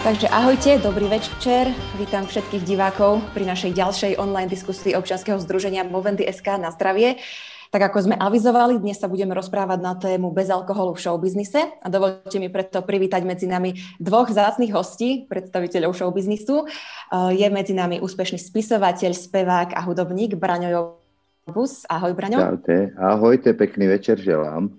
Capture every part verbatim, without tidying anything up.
Takže ahojte, dobrý večer. Vítam všetkých divákov pri našej ďalšej online diskusii občianskeho združenia Moventy bodka es ká na zdravie. Tak ako sme avizovali, dnes sa budeme rozprávať na tému bez alkoholu v showbiznise. A dovoľte mi preto privítať medzi nami dvoch vzácnych hostí, predstaviteľov showbiznisu. Je medzi nami úspešný spisovateľ, spevák a hudobník Braňo Jobus. Ahoj, Braňo. Čaute, ahojte, pekný večer želám.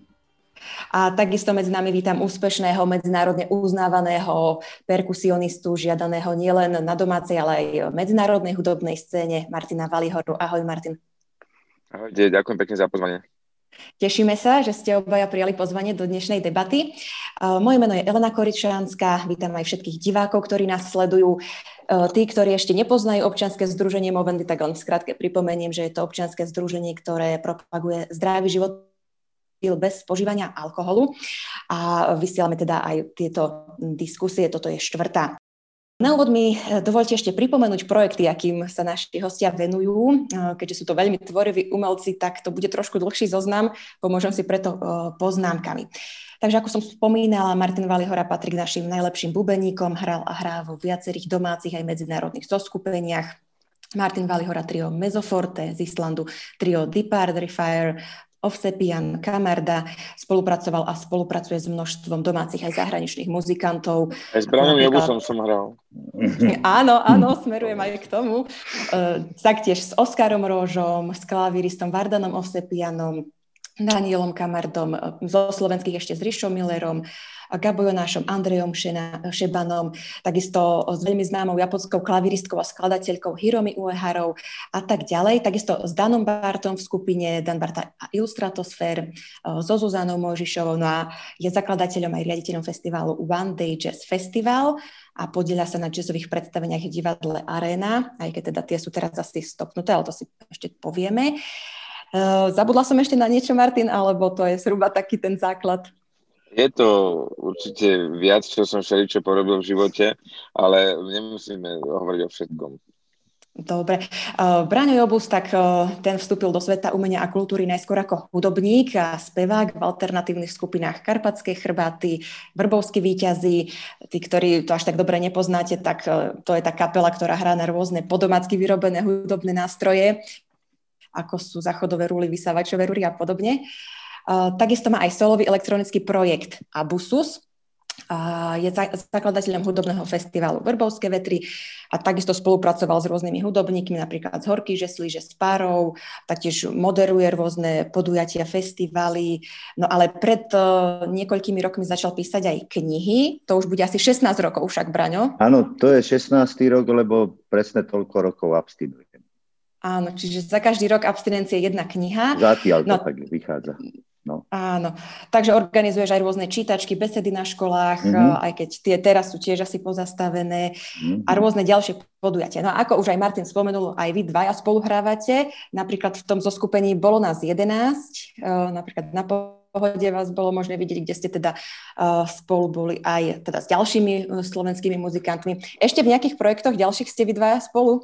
A takisto medzi nami vítam úspešného, medzinárodne uznávaného perkusionistu, žiadaného nielen na domácej, ale aj medzinárodnej hudobnej scéne, Martina Valihoru. Ahoj, Martin. Ahojte, ďakujem pekne za pozvanie. Tešíme sa, že ste obaja prijali pozvanie do dnešnej debaty. Moje meno je Elena Koričanská, vítam aj všetkých divákov, ktorí nás sledujú. Tí, ktorí ešte nepoznajú občianske združenie Moventy, tak len v skratke pripomeniem, že je to občianske združenie, ktoré propaguje zdravý život bez požívania alkoholu a vysielame teda aj tieto diskusie, toto je štvrtá. Na úvod mi dovoľte ešte pripomenúť projekty, akým sa naši hostia venujú. Keďže sú to veľmi tvoriví umelci, tak to bude trošku dlhší zoznam, pomôžem si preto poznámkami. Takže ako som spomínala, Martin Valihora patrí k našim najlepším bubeníkom, hral a hrá vo viacerých domácich aj medzinárodných zoskupeniach. Martin Valihora trio Mezzoforte z Islandu, trio Departed Fire, Ovsepian, Kamarda, spolupracoval a spolupracuje s množstvom domácich aj zahraničných muzikantov. Aj s Braňom Jobusom som hral. Áno, áno, smerujem aj k tomu. Uh, taktiež s Oskarom Róžom, s klavíristom Vardanom Ovsepianom, Danielom Kamardom, zo slovenských ešte s Rišom Millerom, Gabo Jonášom, Andrejom Šena, Šebanom, takisto s veľmi známou japonskou klavíristkou a skladateľkou Hiromi Ueharou a tak ďalej. Takisto s Danom Bartom v skupine Dan Barta a Illustratosfér, so Zuzanou Mojžišovou, no a je zakladateľom aj riaditeľom festivalu One Day Jazz Festival a podieľa sa na jazzových predstaveniach v divadle Arena, aj keď teda tie sú teraz asi stopnuté, ale to si ešte povieme. Zabudla som ešte na niečo, Martin, alebo to je zhruba taký ten základ? Je to určite viac, čo som všeličo porobil v živote, ale nemusíme hovoriť o všetkom. Dobre. Uh, Braňo Jobus, tak uh, ten vstúpil do sveta umenia a kultúry najskôr ako hudobník a spevák v alternatívnych skupinách Karpatské chrbáty, Vrbovskí víťazi. Tí, ktorí to až tak dobre nepoznáte, tak uh, to je tá kapela, ktorá hrá na rôzne podomácky vyrobené hudobné nástroje, ako sú záchodové rúly, vysávačové rúry a podobne. Uh, takisto má aj solový elektronický projekt Abusus. Uh, je za- zakladateľom hudobného festivalu Vrbovské vetry a takisto spolupracoval s rôznymi hudobníkmi, napríklad z Horky, že slíže s párou, taktiež moderuje rôzne podujatia, festivaly. No ale pred uh, niekoľkými rokmi začal písať aj knihy. To už bude asi šestnásť rokov však, Braňo. Áno, to je šestnásty rok, lebo presne toľko rokov abstinujem. Áno, čiže za každý rok abstinencie jedna kniha. Zatiaľ to no, tak vychádza. No. Áno, takže organizuješ aj rôzne čítačky, besedy na školách, mm-hmm. aj keď tie teraz sú tiež asi pozastavené mm-hmm. a rôzne ďalšie podujatia. No a ako už aj Martin spomenul, aj vy dvaja spoluhrávate, napríklad v tom zoskupení bolo nás jedenásť, napríklad na Pohode vás bolo možné vidieť, kde ste teda spolu boli aj teda s ďalšími slovenskými muzikantmi. Ešte v nejakých projektoch ďalších ste vy dvaja spolu?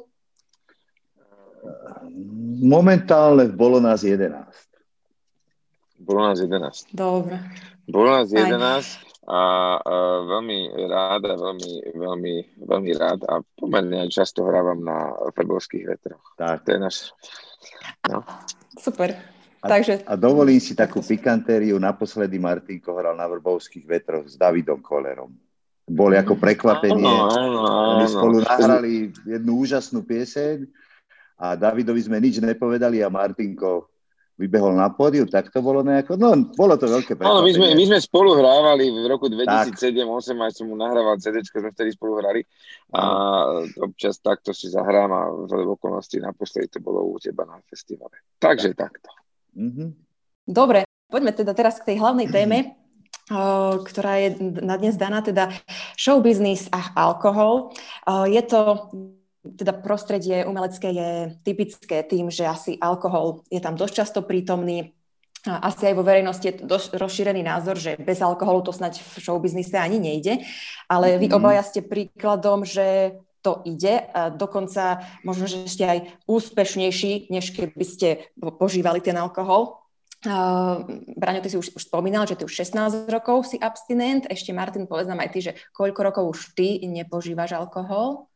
Momentálne bolo nás jedenásť. Bolo nás jedenásť. Dobre. Bolo nás jedenásť a, a veľmi rád a veľmi, veľmi, veľmi rád a pomerne aj často hrávam na Vrbovských vetroch. Tak. To je náš... No. Super. A, Takže... a dovolím si takú pikantériu. Naposledy Martinko hral na Vrbovských vetroch s Davidom Kollerom. Boli ako prekvapenie. Áno, áno, áno. Oni spolu nahrali jednu úžasnú pieseň a Davidovi sme nič nepovedali a Martinko vybehol na pódium, tak to bolo nejako, no bolo to veľké prekvapenie. No, my sme, my sme spolu hrávali v roku dvetisícsedem osem, aj som mu nahrával cé déčko, sme vtedy spolu hrali a občas takto si zahrám a v okolnosti naposledy to bolo u teba na festivale. Takže tak. takto. Mm-hmm. Dobre, poďme teda teraz k tej hlavnej téme, uh, ktorá je na dnes daná, teda show business a alkohol. Uh, je to teda prostredie umelecké je typické tým, že asi alkohol je tam dosť často prítomný. Asi aj vo verejnosti je dosť rozšírený názor, že bez alkoholu to snáď v showbiznise ani nejde. Ale vy obaja ste príkladom, že to ide. A dokonca možno, že ste aj úspešnejší, než keby ste požívali ten alkohol. Uh, Braňo, ty si už, už spomínal, že ty už šestnásť rokov si abstinent. Ešte Martin, povedz nám aj ty, že koľko rokov už ty nepožívaš alkohol?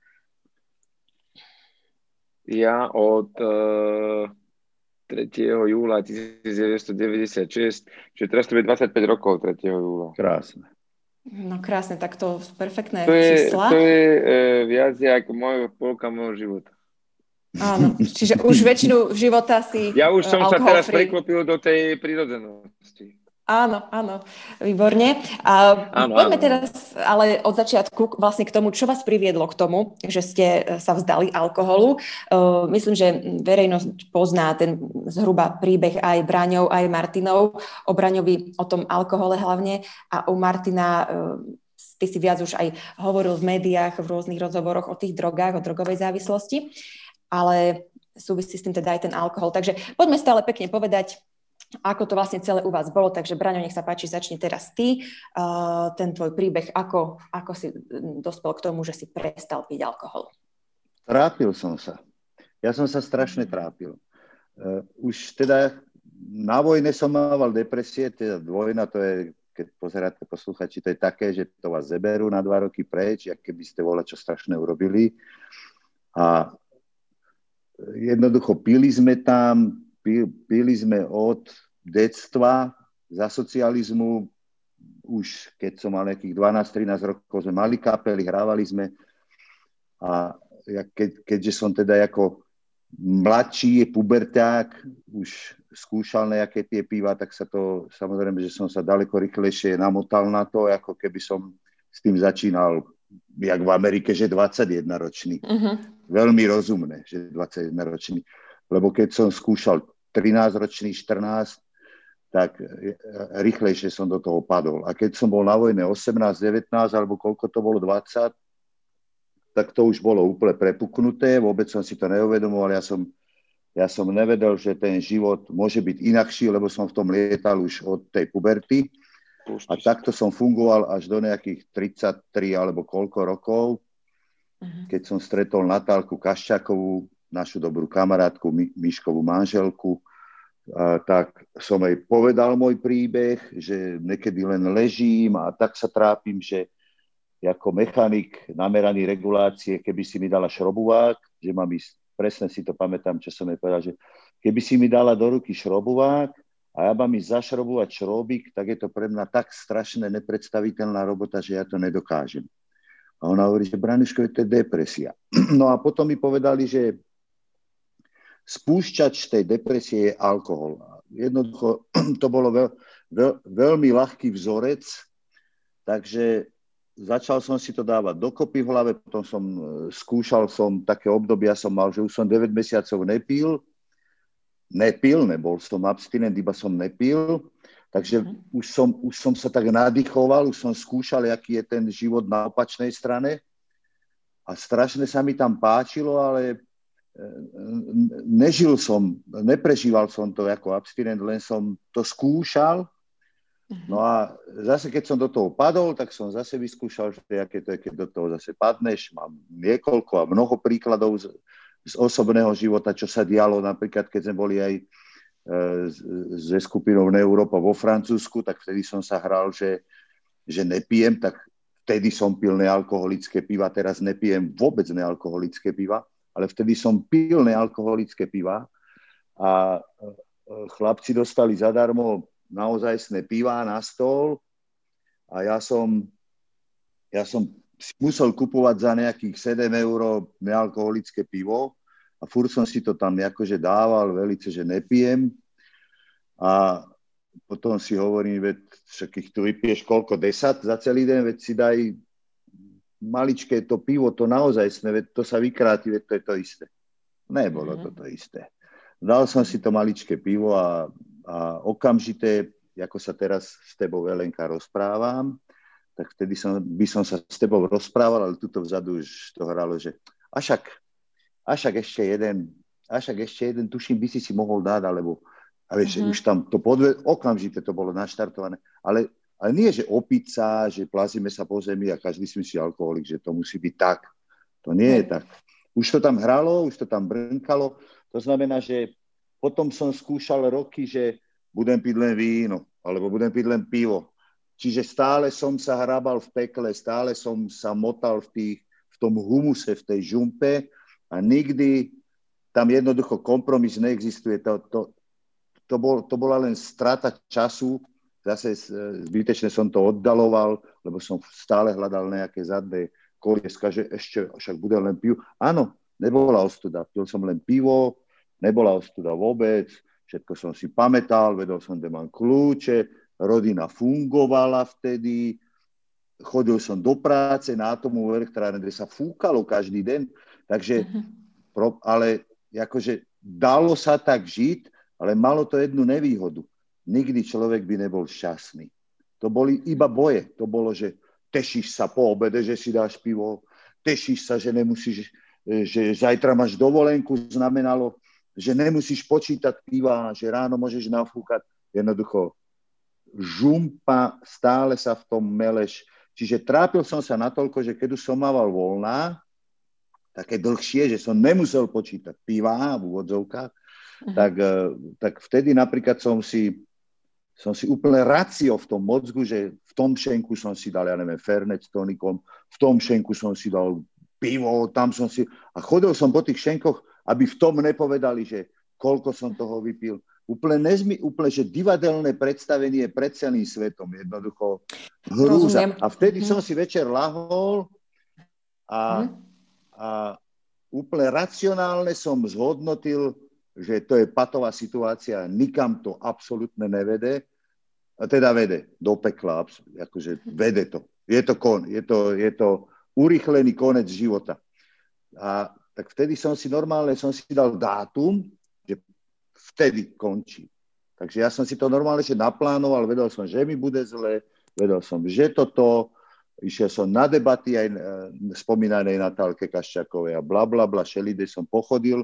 Ja od uh, tretieho júla devätnásťstodeväťdesiatšesť, čiže teraz to bude dvadsaťpäť rokov tretieho júla. Krásne. No krásne, tak to sú perfektné to je, čísla. To je uh, viac ako môj, polka môjho života. Áno, čiže už väčšinu života si Ja už som sa teraz free. preklopil do tej prírodzenosti. Áno, áno, výborne. A áno, poďme áno. teraz ale od začiatku vlastne k tomu, čo vás priviedlo k tomu, že ste sa vzdali alkoholu. Uh, myslím, že verejnosť pozná ten zhruba príbeh aj Braňov, aj Martinov. O Braňovi, o tom alkohole hlavne, a u Martina uh, ty si viac už aj hovoril v médiách, v rôznych rozhovoroch o tých drogách, o drogovej závislosti, ale súvisí s tým teda aj ten alkohol. Takže poďme stále pekne povedať, ako to vlastne celé u vás bolo. Takže Braňo, nech sa páči, začni teraz ty. Uh, ten tvoj príbeh, ako, ako si dospel k tomu, že si prestal piť alkohol. Trápil som sa. Ja som sa strašne trápil. Uh, už teda na vojne som mával depresie, teda vojna, to je, keď pozeráte posluchači, to je také, že to vás zeberú na dva roky preč, ako keby ste voľa čo strašné urobili. A jednoducho pili sme tam, pili sme od detstva, za socializmu, už keď som mal nejakých dvanásť trinásť rokov, sme mali kapely, hrávali sme. A ja keď, keďže som teda ako mladší puberták, už skúšal nejaké tie piva, tak sa to, samozrejme, že som sa daleko rýchlejšie namotal na to, ako keby som s tým začínal, jak v Amerike, že dvadsaťjedenročný. Uh-huh. Veľmi rozumné, že dvadsaťjedenročný. Lebo keď som skúšal trinásťročný, štrnásť, tak rýchlejšie som do toho padol. A keď som bol na vojne osemnásť, devätnásť, alebo koľko to bolo, dvadsať, tak to už bolo úplne prepuknuté. Vôbec som si to neuvedomoval. Ja som, ja som nevedel, že ten život môže byť inakší, lebo som v tom lietal už od tej puberty. A takto som fungoval až do nejakých tridsaťtri alebo koľko rokov, uh-huh. keď som stretol Natálku Kaščákovú, našu dobrú kamarátku, Mi- Miškovú manželku, a tak som jej povedal môj príbeh, že niekedy len ležím a tak sa trápim, že ako mechanik nameraný regulácie, keby si mi dala šrobuvák, že mám ísť, presne si to pamätám, čo som jej povedal, že keby si mi dala do ruky šrobuvák a ja mám ísť zašrobovať šrobík, tak je to pre mňa tak strašné, nepredstaviteľná robota, že ja to nedokážem. A ona hovorí, že Braňuško, to je depresia. No a potom mi povedali, že spúšťač tej depresie je alkohol. Jednoducho to bolo veľ, veľ, veľmi ľahký vzorec, takže začal som si to dávať dokopy v hlave, potom som skúšal som, také obdobia som mal, že už som deväť mesiacov nepil, nepil, nebol som abstinent, iba som nepil, takže mm. už, som, už som sa tak nadýchoval, už som skúšal, aký je ten život na opačnej strane a strašne sa mi tam páčilo, ale nežil som, neprežíval som to ako abstinent, len som to skúšal. No a zase, keď som do toho padol, tak som zase vyskúšal, že aké to je, keď do toho zase padneš. Mám niekoľko a mnoho príkladov z, z osobného života, čo sa dialo, napríklad keď sme boli aj e, ze skupinou Európa vo Francúzsku, tak vtedy som sa hral, že, že nepijem, tak vtedy som pil nealkoholické piva, teraz nepijem vôbec nealkoholické piva, ale vtedy som pil nealkoholické piva a chlapci dostali zadarmo naozajstné pivá na stôl a ja som, ja som si musel kupovať za nejakých sedem eur nealkoholické pivo a furt som si to tam akože dával velice, že nepijem a potom si hovorím, veď však ich tu vypiješ koľko, desať za celý deň, veď si daj maličké to pivo, to naozajstné, veď to sa vykráti, veď to je to isté. Nebolo mm-hmm. to to isté. Dal som si to maličké pivo a, a okamžite, ako sa teraz s tebou, Elenka, rozprávam, tak vtedy som, by som sa s tebou rozprával, ale tuto vzadu už to hralo, že a však, a však ešte jeden, a však ešte jeden, tuším, by si si mohol dať, alebo a vieš, mm-hmm. už tam to podve, okamžite to bolo naštartované, ale Ale nie, že opica, že plazíme sa po zemi a každý si myslí alkoholik, že to musí byť tak. To nie je tak. Už to tam hralo, už to tam brnkalo. To znamená, že potom som skúšal roky, že budem piť len víno, alebo budem piť len pivo. Čiže stále som sa hrabal v pekle, stále som sa motal v, tých, v tom humuse, v tej žumpe a nikdy tam jednoducho kompromis neexistuje. To, to, to, bol, to bola len strata času. Zase zbytečne som to oddaloval, lebo som stále hľadal nejaké zadné kolieska, že ešte však bude len pivo. Áno, nebola ostuda. Pil som len pivo, nebola ostuda vôbec, všetko som si pamätal, vedel som, kde mám kľúče, rodina fungovala vtedy, chodil som do práce na atomovú elektrárne, kde sa fúkalo každý deň, takže, uh-huh. ale akože dalo sa tak žiť, ale malo to jednu nevýhodu. Nikdy človek by nebol šťastný. To boli iba boje. To bolo, že tešíš sa po obede, že si dáš pivo, tešíš sa, že nemusíš, že zajtra máš dovolenku, znamenalo, že nemusíš počítať piva, že ráno môžeš nafúkať. Jednoducho, žumpa, stále sa v tom meleš. Čiže trápil som sa natoľko, že keď už som mával voľná, také dlhšie, že som nemusel počítať piva v úvodzovkách, uh-huh. tak, tak vtedy napríklad som si som si úplne racio v tom mozgu, že v tom šenku som si dal, ja neviem, fernet s tonikom, v tom šenku som si dal pivo, tam som si... A chodil som po tých šenkoch, aby v tom nepovedali, že koľko som toho vypil. Úplne, nezmi, úplne že divadelné predstavenie pred celým svetom. Jednoducho hrúza. Rozumiem. A vtedy mm. som si večer lahol a, mm. a úplne racionálne som zhodnotil, že to je patová situácia, nikam to absolútne nevede. A teda vede do pekla, akože vede to. Je to kon, je to, je to urýchlený konec života. A tak vtedy som si normálne, som si dal dátum, že vtedy končí. Takže ja som si to normálne že naplánoval, vedel som, že mi bude zle, vedel som, že toto, išiel som na debaty aj spomínanej Natálke Kaščákovej a bla, bla, bla, šelide som pochodil,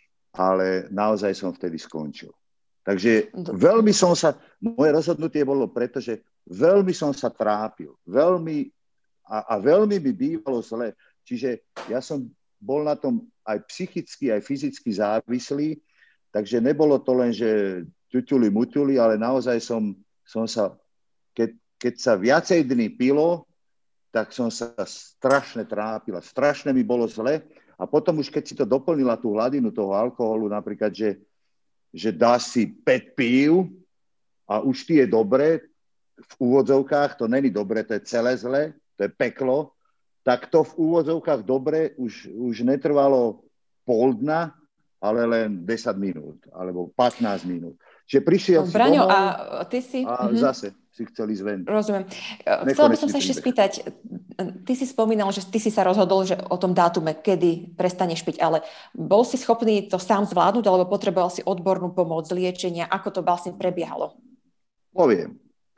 ale naozaj som vtedy skončil. Takže veľmi som sa, moje rozhodnutie bolo preto, že veľmi som sa trápil, veľmi a, a veľmi mi bývalo zle. Čiže ja som bol na tom aj psychicky, aj fyzicky závislý, takže nebolo to len, že ťuťuli, muťuli, ale naozaj som, som sa, keď, keď sa viacej dní pilo, tak som sa strašne trápil a strašne mi bolo zle. A potom už keď si to doplnila tú hladinu toho alkoholu, napríklad, že že dáš si päť pív a už ti je dobre, v úvodzovkách to není dobre, to je celé zle, to je peklo, tak to v úvodzovkách dobre už, už netrvalo pol dna, ale len desať minút, alebo pätnásť minút. Čiže prišiel no, si Braňo, domov a ty si... a uh-huh. zase si chceli zven. Rozumiem. Chcela by som sa ešte spýtať, ty si spomínal, že ty si sa rozhodol, že o tom dátume, kedy prestaneš piť, ale bol si schopný to sám zvládnuť, alebo potreboval si odbornú pomoc, liečenia, ako to vlastne prebiehalo? Poviem.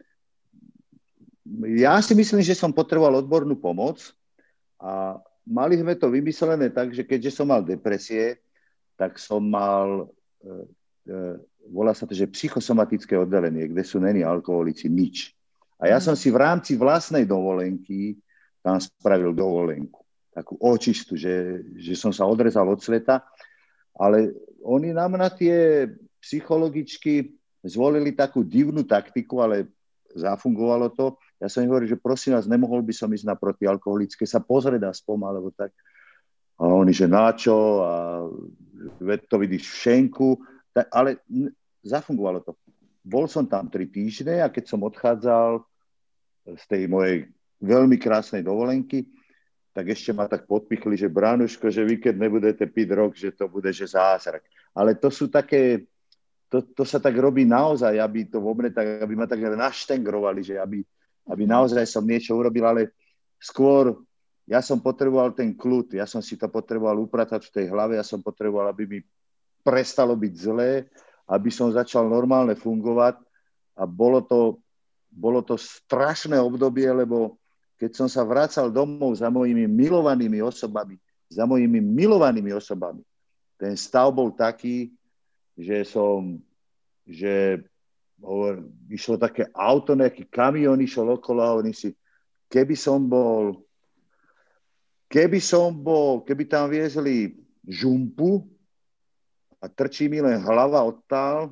Ja si myslím, že som potreboval odbornú pomoc a mali sme to vymyslené tak, že keďže som mal depresie, tak som mal... E, e, volá sa to, že psychosomatické oddelenie, kde sú neni alkoholici, nič. A ja som si v rámci vlastnej dovolenky tam spravil dovolenku. Takú očistu, že, že som sa odrezal od sveta. Ale oni nám na tie psychologičky zvolili takú divnú taktiku, ale zafungovalo to. Ja som im hovoril, že prosím vás, nemohol by som ísť na protialkoholické, sa pozrieť aspoň, alebo tak. A oni, že načo, a veď to vidíš v šenku. Tak, ale zafungovalo to. Bol som tam tri týždne a keď som odchádzal z tej mojej veľmi krásnej dovolenky, tak ešte ma tak podpichli, že Bránuško, že vy keď nebudete piť rok, že to bude, že zázrak. Ale to sú také, to, to sa tak robí naozaj, aby to vo mne tak, aby ma tak naštengrovali, že aby, aby naozaj som niečo urobil, ale skôr ja som potreboval ten kľud, ja som si to potreboval upratať v tej hlave, ja som potreboval, aby mi prestalo byť zlé, aby som začal normálne fungovať a bolo to, bolo to strašné obdobie, lebo keď som sa vracal domov za mojimi milovanými osobami, za mojimi milovanými osobami, ten stav bol taký, že som, že hovor, išlo také auto, nejaký kamión išiel okolo a oni si, keby som bol, keby som bol, keby tam viezli žumpu, a trčí mi len hlava odtál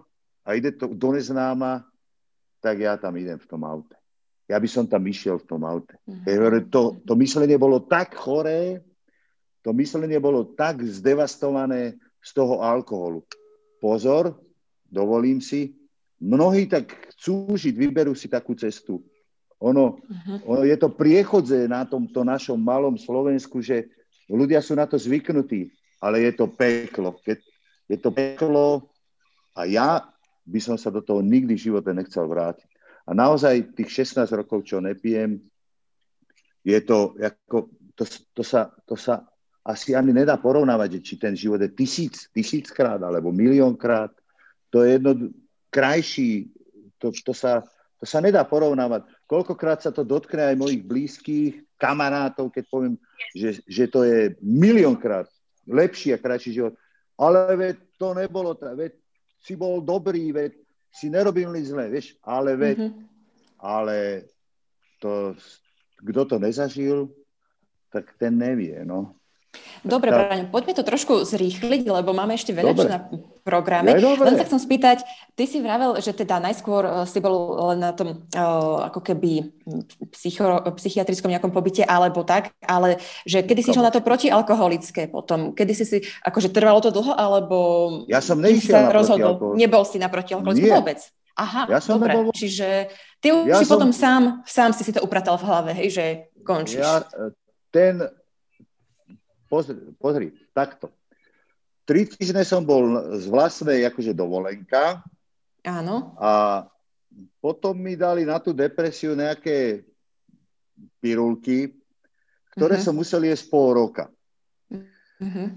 a ide to do neznáma, tak ja tam idem v tom aute. Ja by som tam išiel v tom aute. Mm-hmm. To, to myslenie bolo tak choré, to myslenie bolo tak zdevastované z toho alkoholu. Pozor, dovolím si, mnohí tak chcú žiť, vyberú si takú cestu. Ono, uh-huh. ono je to priechodze na tomto našom malom Slovensku, že ľudia sú na to zvyknutí, ale je to peklo. Je to peklo a ja by som sa do toho nikdy v živote nechcel vrátiť. A naozaj tých šestnásť rokov, čo nepijem, je to, ako, to, to, sa, to sa asi ani nedá porovnávať, či ten život je tisíc, tisíckrát alebo miliónkrát. To je jedno krajší, to, to sa... To sa nedá porovnávať. Koľkokrát sa to dotkne aj mojich blízkych, kamarátov, keď poviem, že, že to je miliónkrát lepší a krajší život. Ale veď to nebolo, veď si bol dobrý, veď si nerobil nič zlé, vieš, ale veď, mm-hmm. ale to, kto to nezažil, tak ten nevie, no. Dobre, tá... Braňo, poďme to trošku zrýchliť, lebo máme ešte veľa čo na programe. Ja, len sa chcem spýtať, ty si vravel, že teda najskôr si bol len na tom uh, ako keby psycho, psychiatrickom nejakom pobyte, alebo tak, ale že kedy si išiel na to protialkoholické potom? Kedy si si, akože trvalo to dlho, alebo... Ja som nešiel na protialkoholické. Nebol si na protialkoholické vôbec? Aha, ja dobre, nebol... čiže ty už ja si som... potom sám, sám si si to upratal v hlave, hej, že končíš. Ja, ten... Pozri, pozri, takto. Tri týždne som bol z vlastnej akože dovolenka. Áno. A potom mi dali na tú depresiu nejaké pirulky, ktoré uh-huh. som musel jesť pol roka. Uh-huh.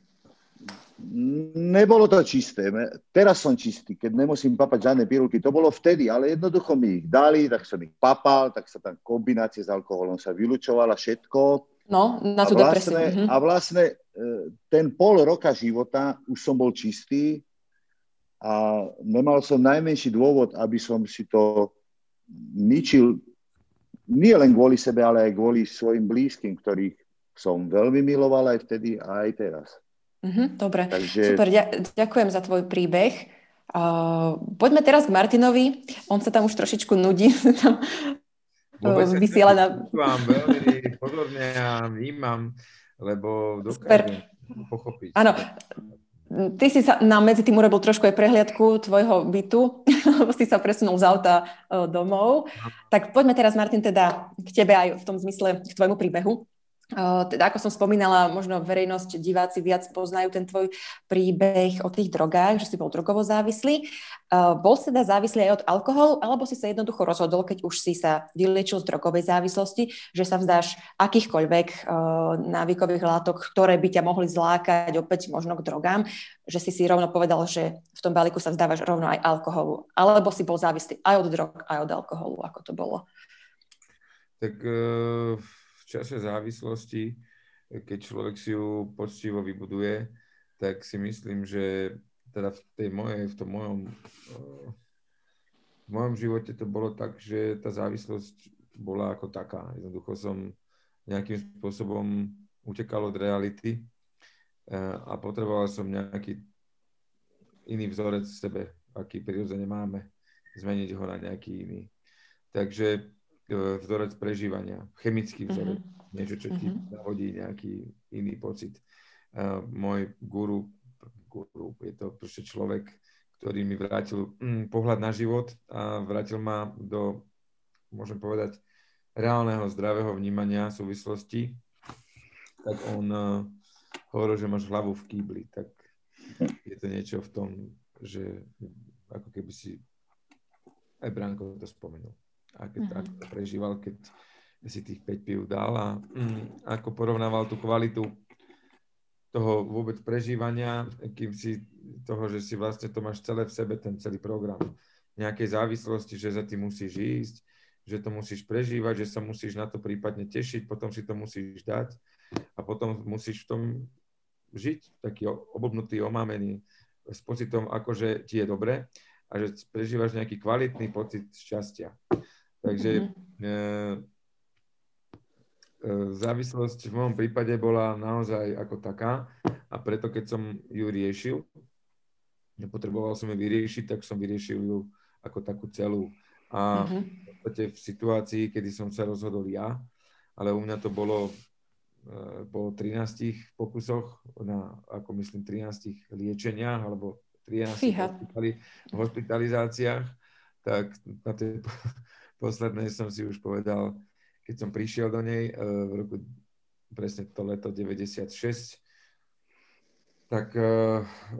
Nebolo to čisté. Teraz som čistý, keď nemusím papať žiadne pirulky. To bolo vtedy, ale jednoducho mi ich dali, tak som ich papal, tak sa tam kombinácie s alkoholom sa vylučovala všetko. No, na tú a vlastne, depresiu. A vlastne ten pol roka života už som bol čistý a nemal som najmenší dôvod, aby som si to ničil nie len kvôli sebe, ale aj kvôli svojim blízkym, ktorých som veľmi miloval aj vtedy a aj teraz. Mm-hmm, dobre, Takže... super, ďakujem za tvoj príbeh. Uh, poďme teraz k Martinovi. On sa tam už trošičku nudí. Vysiela na... Vám veľmi pozorne a vnímam, lebo dokážem Super. pochopiť. Áno, ty si sa nám medzi tým urobil trošku aj prehliadku tvojho bytu, lebo si sa presunul z auta domov. Tak poďme teraz, Martin, teda k tebe aj v tom zmysle, k tvojmu príbehu. Uh, teda ako som spomínala, možno verejnosť, diváci viac poznajú ten tvoj príbeh o tých drogách, že si bol drogovo závislý. Uh, bol si teda závislý aj od alkoholu, alebo si sa jednoducho rozhodol, keď už si sa vyliečil z drogovej závislosti, že sa vzdáš akýchkoľvek uh, návykových látok, ktoré by ťa mohli zlákať opäť možno k drogám, že si si rovno povedal, že v tom balíku sa vzdávaš rovno aj alkoholu, alebo si bol závislý aj od drog, aj od alkoholu, ako to bolo? Tak... Uh... V čase závislosti, keď človek si ju poctivo vybuduje, tak si myslím, že teda v tej mojej, v tom mojom, v mojom živote to bolo tak, že tá závislosť bola ako taká. Jednoducho som nejakým spôsobom utekal od reality a potreboval som nejaký iný vzorec v sebe, aký prirodzene máme, zmeniť ho na nejaký iný. Takže vzorec prežívania, chemický vzorec, uh-huh. niečo, čo ti uh-huh. navodí nejaký iný pocit. Uh, môj guru, guru, je to proste človek, ktorý mi vrátil mm, pohľad na život a vrátil ma do, môžem povedať, reálneho zdravého vnímania súvislosti. Tak on uh, hovoril, že máš hlavu v kýbli, tak je to niečo v tom, že ako keby si aj Bránko to spomenul. A keď uh-huh. ako to prežíval, keď si tých päť pív dal a mm, ako porovnával tú kvalitu toho vôbec prežívania, kým si toho, že si vlastne to máš celé v sebe, ten celý program nejakej závislosti, že za tým musíš ísť, že to musíš prežívať, že sa musíš na to prípadne tešiť, potom si to musíš dať a potom musíš v tom žiť, taký oblbnutý, omámený, s pocitom, akože ti je dobre a že prežívaš nejaký kvalitný pocit šťastia. Takže e, e, závislosť v mojom prípade bola naozaj ako taká a preto, keď som ju riešil, nepotreboval som ju vyriešiť, tak som vyriešil ju ako takú celú. A Mhm. v podstate v situácii, kedy som sa rozhodol ja, ale u mňa to bolo e, po trinástich pokusoch, na, ako myslím, trinástich liečeniach, alebo trinástich hospitali, hospitalizáciách, tak na tej poslednej som si už povedal, keď som prišiel do nej e, v roku, presne to leto deväťdesiatšesť, tak e,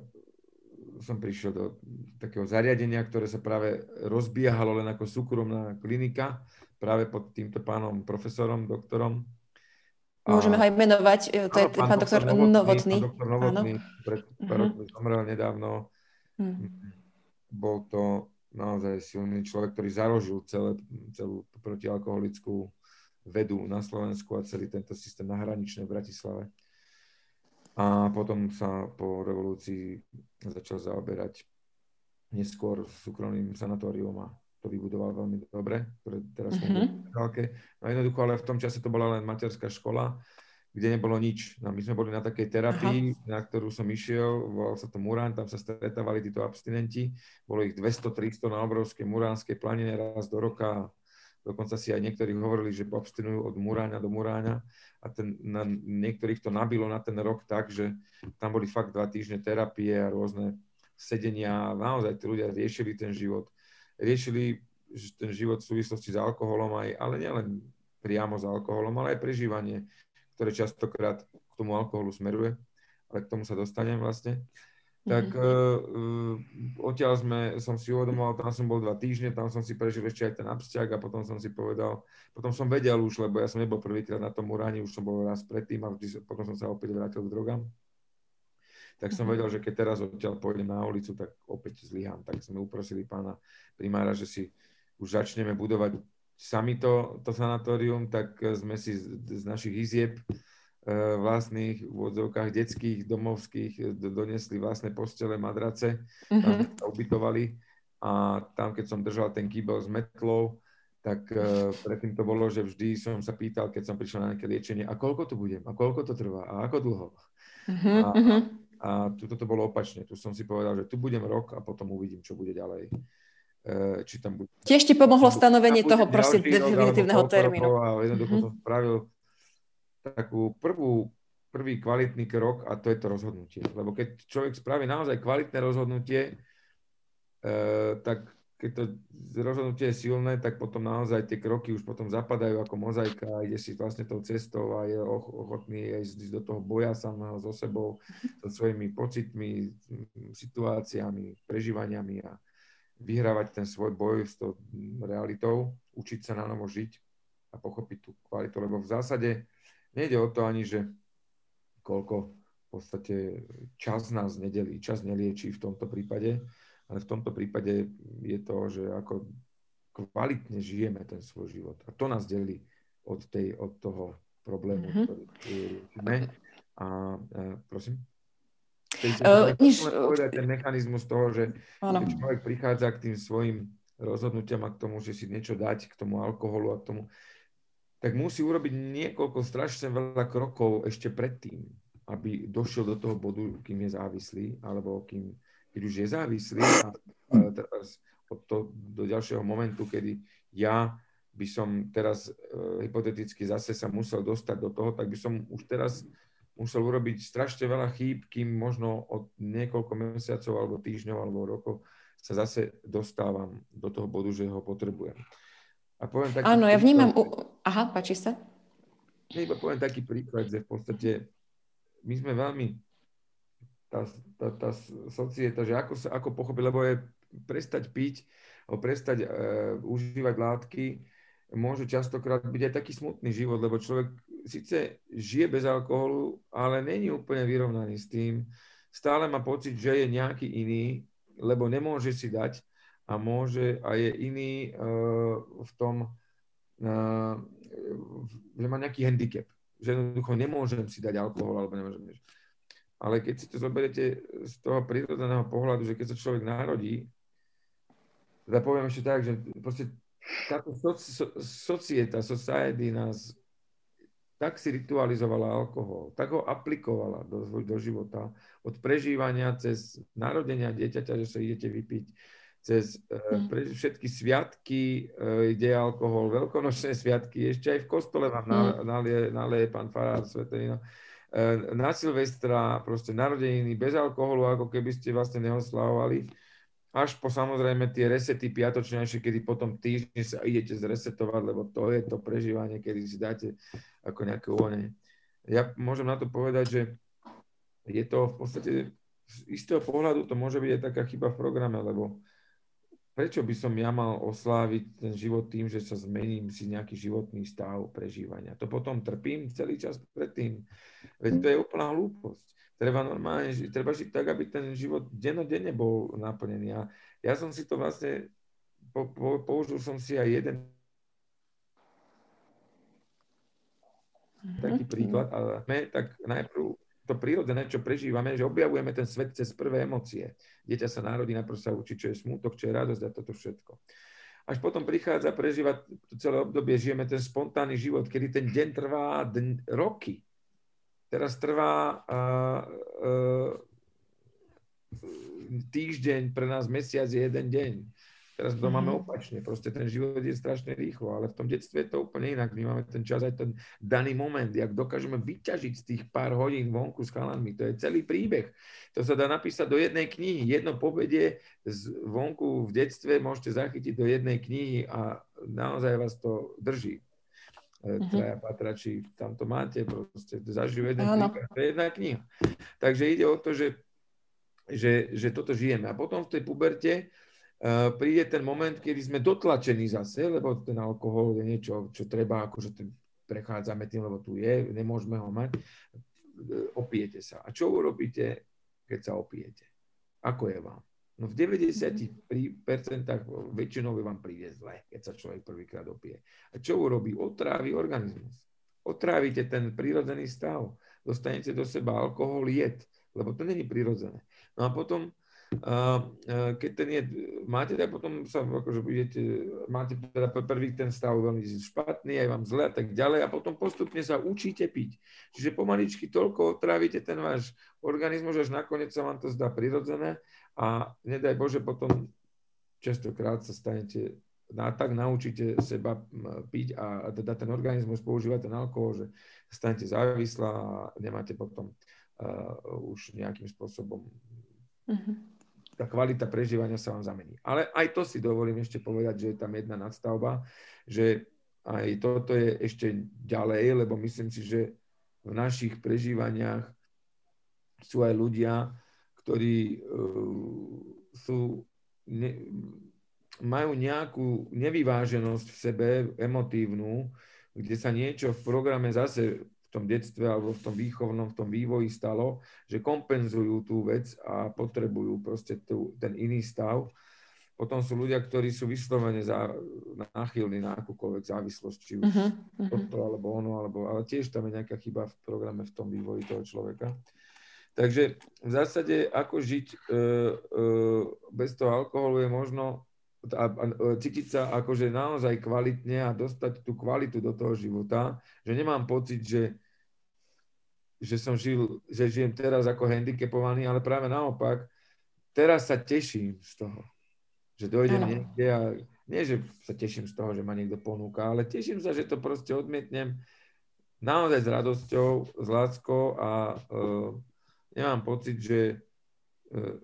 som prišiel do takého zariadenia, ktoré sa práve rozbiehalo len ako súkromná klinika, práve pod týmto pánom profesorom, doktorom. Môžeme ho aj menovať, to je pán, pán doktor Novotný. Novotný. Pán doktor Novotný, pred pár uh-huh. rokmi zomrel nedávno. Uh-huh. Bol to naozaj silný človek, ktorý založil celé, celú protialkoholickú vedu na Slovensku a celý tento systém na hraničnej v Bratislave. A potom sa po revolúcii začal zaoberať neskôr súkromným sanatórium a to vybudoval veľmi dobre, ktoré teraz mm-hmm. No jednoducho, ale v tom čase to bola len materská škola, kde nebolo nič. No, my sme boli na takej terapii, Aha. na ktorú som išiel, volal sa to Murán, tam sa stretávali títo abstinenti, bolo ich dvesto tristo na obrovskej muránskej planine raz do roka. Dokonca si aj niektorí hovorili, že abstinujú od Muráňa do Muráňa a ten, na, niektorých to nabilo na ten rok tak, že tam boli fakt dva týždne terapie a rôzne sedenia a naozaj tí ľudia riešili ten život. Riešili ten život v súvislosti s alkoholom, aj, ale nielen priamo s alkoholom, ale aj prežívanie, ktoré častokrát k tomu alkoholu smeruje, ale k tomu sa dostanem vlastne. Tak mm-hmm. uh, odtiaľ sme, som si uvedomoval, tam som bol dva týždne, tam som si prežil ešte aj ten absťak a potom som si povedal, potom som vedel už, lebo ja som nebol prvýkrát na tom Muráni, už som bol raz predtým a vždy, potom som sa opäť vrátil k drogám. Tak som vedel, že keď teraz odtiaľ pôjdem na ulicu, tak opäť zlyhám. Tak sme uprosili pána primára, že si už začneme budovať sami to, to sanatórium, tak sme si z, z našich izieb vlastných v odzovkách detských, domovských donesli vlastné postele, madrace, tam mm-hmm. sa ubytovali a tam, keď som držal ten kýbel s metlou, tak uh, predtým to bolo, že vždy som sa pýtal, keď som prišiel na nejaké liečenie, a koľko to budem, a koľko to trvá, a ako dlho. Mm-hmm. A, a tu toto bolo opačne. Tu som si povedal, že tu budem rok a potom uvidím, čo bude ďalej. Uh, či tam bude... Tiež ti pomohlo stanovenie toho proste definitívneho termínu. A jednoducho mm-hmm. som spravil takú prvú, prvý kvalitný krok a to je to rozhodnutie. Lebo keď človek spraví naozaj kvalitné rozhodnutie, e, tak keď to rozhodnutie je silné, tak potom naozaj tie kroky už potom zapadajú ako mozaika a ide si vlastne tou cestou a je ochotný ísť do toho boja samého so sebou, so svojimi pocitmi, situáciami, prežívaniami a vyhrávať ten svoj boj s tou realitou, učiť sa na novo žiť a pochopiť tú kvalitu. Lebo v zásade nejde o to ani, že koľko v podstate čas nás nedelí, čas neliečí v tomto prípade, ale v tomto prípade je to, že ako kvalitne žijeme ten svoj život. A to nás delí od, tej, od toho problému, mm-hmm. ktorý riešime. A, a prosím? Uh, niž... povedať ten mechanizmus toho, že ano. Keď človek prichádza k tým svojim rozhodnutiam a k tomu, že si niečo dať, k tomu alkoholu a k tomu, tak musí urobiť niekoľko strašne veľa krokov ešte predtým, aby došiel do toho bodu, kým je závislý, alebo kým, keď už je závislý a, a teraz od to, do ďalšieho momentu, kedy ja by som teraz e, hypoteticky zase sa musel dostať do toho, tak by som už teraz musel urobiť strašne veľa chýb, kým možno od niekoľko mesiacov, alebo týždňov, alebo rokov sa zase dostávam do toho bodu, že ho potrebujem. A poviem taký Áno, ja vnímam... príklad, u... Aha, páči sa. Ja iba poviem taký príklad, že v podstate my sme veľmi tá, tá, tá societa, že ako, sa, ako pochopiť, lebo je prestať piť alebo prestať uh, užívať látky môže častokrát byť aj taký smutný život, lebo človek síce žije bez alkoholu, ale není úplne vyrovnaný s tým. Stále má pocit, že je nejaký iný, lebo nemôže si dať a môže a je iný uh, v tom, uh, že má nejaký handicap. Že jednoducho nemôžem si dať alkohol, alebo nemôžem niečo. Ale keď si to zoberiete z toho prírodzeného pohľadu, že keď sa človek narodí, teda poviem ešte tak, že proste táto soci, so, societa, society nás tak si ritualizovala alkohol, tak ho aplikovala do, do života, od prežívania cez narodenia dieťaťa, že sa idete vypiť, cez uh, pre, všetky sviatky uh, ide alkohol, veľkonočné sviatky, ešte aj v kostole vám nalieje, nalieje pán farár Svetelina, uh, na Silvestra, proste narodeniny bez alkoholu, ako keby ste vlastne neoslavovali, až po samozrejme tie resety piatočnejšie, kedy potom týždne sa idete zresetovať, lebo to je to prežívanie, kedy si dáte ako nejaké uvoľnenie. Ja môžem na to povedať, že je to v podstate z istého pohľadu to môže byť aj taká chyba v programe, lebo prečo by som ja mal osláviť ten život tým, že sa zmením si nejaký životný stav prežívania. To potom trpím celý čas predtým. Veď to je úplná hlúposť. Treba normálne, treba žiť tak, aby ten život dennodenne bol naplnený. A ja som si to vlastne, po, po, použil som si aj jeden taký príklad, ale my tak najprv to prírodzené, čo prežívame, že objavujeme ten svet cez prvé emócie. Dieťa sa narodí, najprv sa učí, čo je smútok, čo je radosť a toto všetko. Až potom prichádza prežívať to celé obdobie, žijeme ten spontánny život, kedy ten deň trvá dň, roky. Teraz trvá uh, uh, týždeň, pre nás mesiac je jeden deň. Teraz to máme opačne, proste ten život je strašne rýchlo, ale v tom detstve je to úplne inak. My máme ten čas, aj ten daný moment, jak dokážeme vyťažiť z tých pár hodín vonku s chalanmi. To je celý príbeh. To sa dá napísať do jednej knihy. Jedno povedie z vonku v detstve môžete zachytiť do jednej knihy a naozaj vás to drží. Traja patrači, tam to máte, proste zažijú jeden príbeh, to je jedna kniha. Takže ide o to, že, že, že toto žijeme. A potom v tej puberte uh, príde ten moment, kedy sme dotlačení zase, lebo ten alkohol je niečo, čo treba, akože ten, prechádzame tým, lebo tu je, nemôžeme ho mať. Opijete sa. A čo urobíte, keď sa opijete? Ako je vám? No v deväťdesiat percent väčšinou vám príde zle, keď sa človek prvýkrát opije. A čo urobí? Otrávi organizmus. Otrávite ten prírodzený stav. Dostanete do seba alkohol, jed, lebo to není prírodzené. No a potom, uh, uh, keď ten jed máte, tak potom sa akože budete, máte teda prvý ten stav veľmi špatný, aj vám zle a tak ďalej a potom postupne sa učíte piť. Čiže pomaličky toľko otrávite ten váš organizmus, až nakoniec sa vám to zdá prirodzené. A nedaj Bože, potom častokrát sa stanete, tak naučíte seba piť a teda ten organizmus používa ten alkohol, že stanete závislá a nemáte potom uh, už nejakým spôsobom, uh-huh. tá kvalita prežívania sa vám zamení. Ale aj to si dovolím ešte povedať, že je tam jedna nadstavba, že aj toto je ešte ďalej, lebo myslím si, že v našich prežívaniach sú aj ľudia, ktorí uh, sú, ne, majú nejakú nevyváženosť v sebe, emotívnu, kde sa niečo v programe zase v tom detstve alebo v tom výchovnom, v tom vývoji stalo, že kompenzujú tú vec a potrebujú proste tú, ten iný stav. Potom sú ľudia, ktorí sú vyslovene za, náchylní na akúkoľvek závislosť, či už uh-huh, uh-huh. toto alebo ono, alebo, ale tiež tam je nejaká chyba v programe, v tom vývoji toho človeka. Takže v zásade, ako žiť e, e, bez toho alkoholu je možno a, a, cítiť sa akože naozaj kvalitne a dostať tú kvalitu do toho života, že nemám pocit, že, že som žil, že žijem teraz ako handicapovaný, ale práve naopak, teraz sa teším z toho, že dojdem niekde a nie, že sa teším z toho, že ma niekto ponúka, ale teším sa, že to proste odmietnem naozaj s radosťou, s láskou a e, nemám pocit, že uh,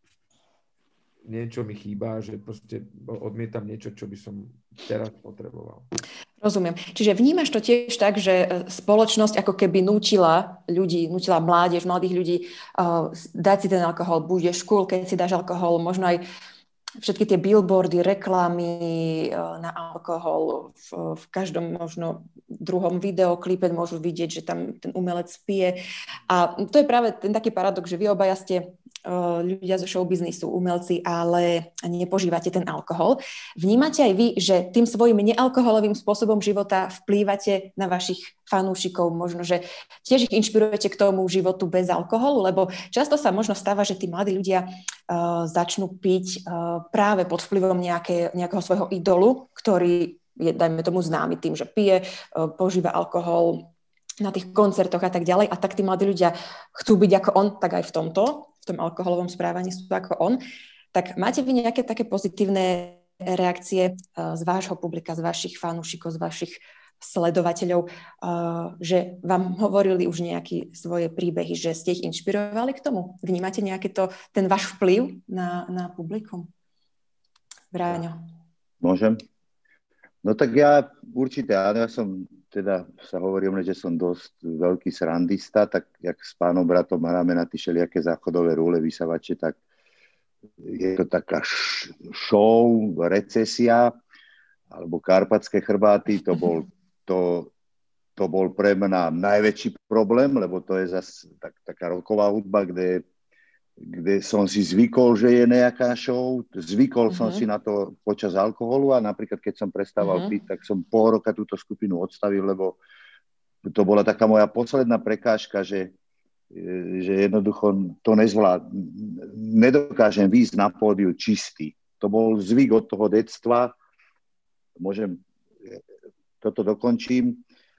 niečo mi chýba, že proste odmietam niečo, čo by som teraz potreboval. Rozumiem. Čiže vnímaš to tiež tak, že spoločnosť ako keby nútila ľudí, nútila mládež, mladých ľudí uh, dať si ten alkohol, budeš cool, keď si dáš alkohol, možno aj všetky tie billboardy, reklamy na alkohol, v, v každom možno druhom videoklipe môžu vidieť, že tam ten umelec pije. A to je práve ten taký paradox, že vy obaja ste uh, ľudia zo showbiznisu, umelci, ale nepožívate ten alkohol. Vnímate aj vy, že tým svojím nealkoholovým spôsobom života vplývate na vašich fanúšikov, možno, že tiež ich inšpirujete k tomu životu bez alkoholu, lebo často sa možno stáva, že tí mladí ľudia uh, začnú piť uh, práve pod vplyvom nejaké, nejakého svojho idolu, ktorý je, dajme tomu, známy tým, že pije, uh, požíva alkohol na tých koncertoch a tak ďalej a tak tí mladí ľudia chcú byť ako on, tak aj v tomto, v tom alkoholovom správaní sú ako on. Tak máte vy nejaké také pozitívne reakcie z vášho publika, z vašich fanúšikov, z vašich sledovateľov, že vám hovorili už nejaké svoje príbehy, že ste ich inšpirovali k tomu? Vnímate nejaké to, ten váš vplyv na, na publikum? Bráňo. Môžem? No tak ja určite, ja som teda sa hovorí o mne, že som dosť veľký srandista, tak jak s pánom bratom hráme na tie všelijaké záchodové rúle, vysavače, tak je to taká show, recesia, alebo Karpatské chrbáty, to bol To, to bol pre mňa najväčší problém, lebo to je zase tak, taká rocková hudba, kde, kde som si zvykol, že je nejaká show. Zvykol uh-huh. som si na to počas alkoholu a napríklad, keď som prestával uh-huh. piť, tak som pol roka túto skupinu odstavil, lebo to bola taká moja posledná prekážka, že, že jednoducho to nezvlád. Nedokážem výjsť na pódiu čistý. To bol zvyk od toho detstva. Môžem... toto dokončím,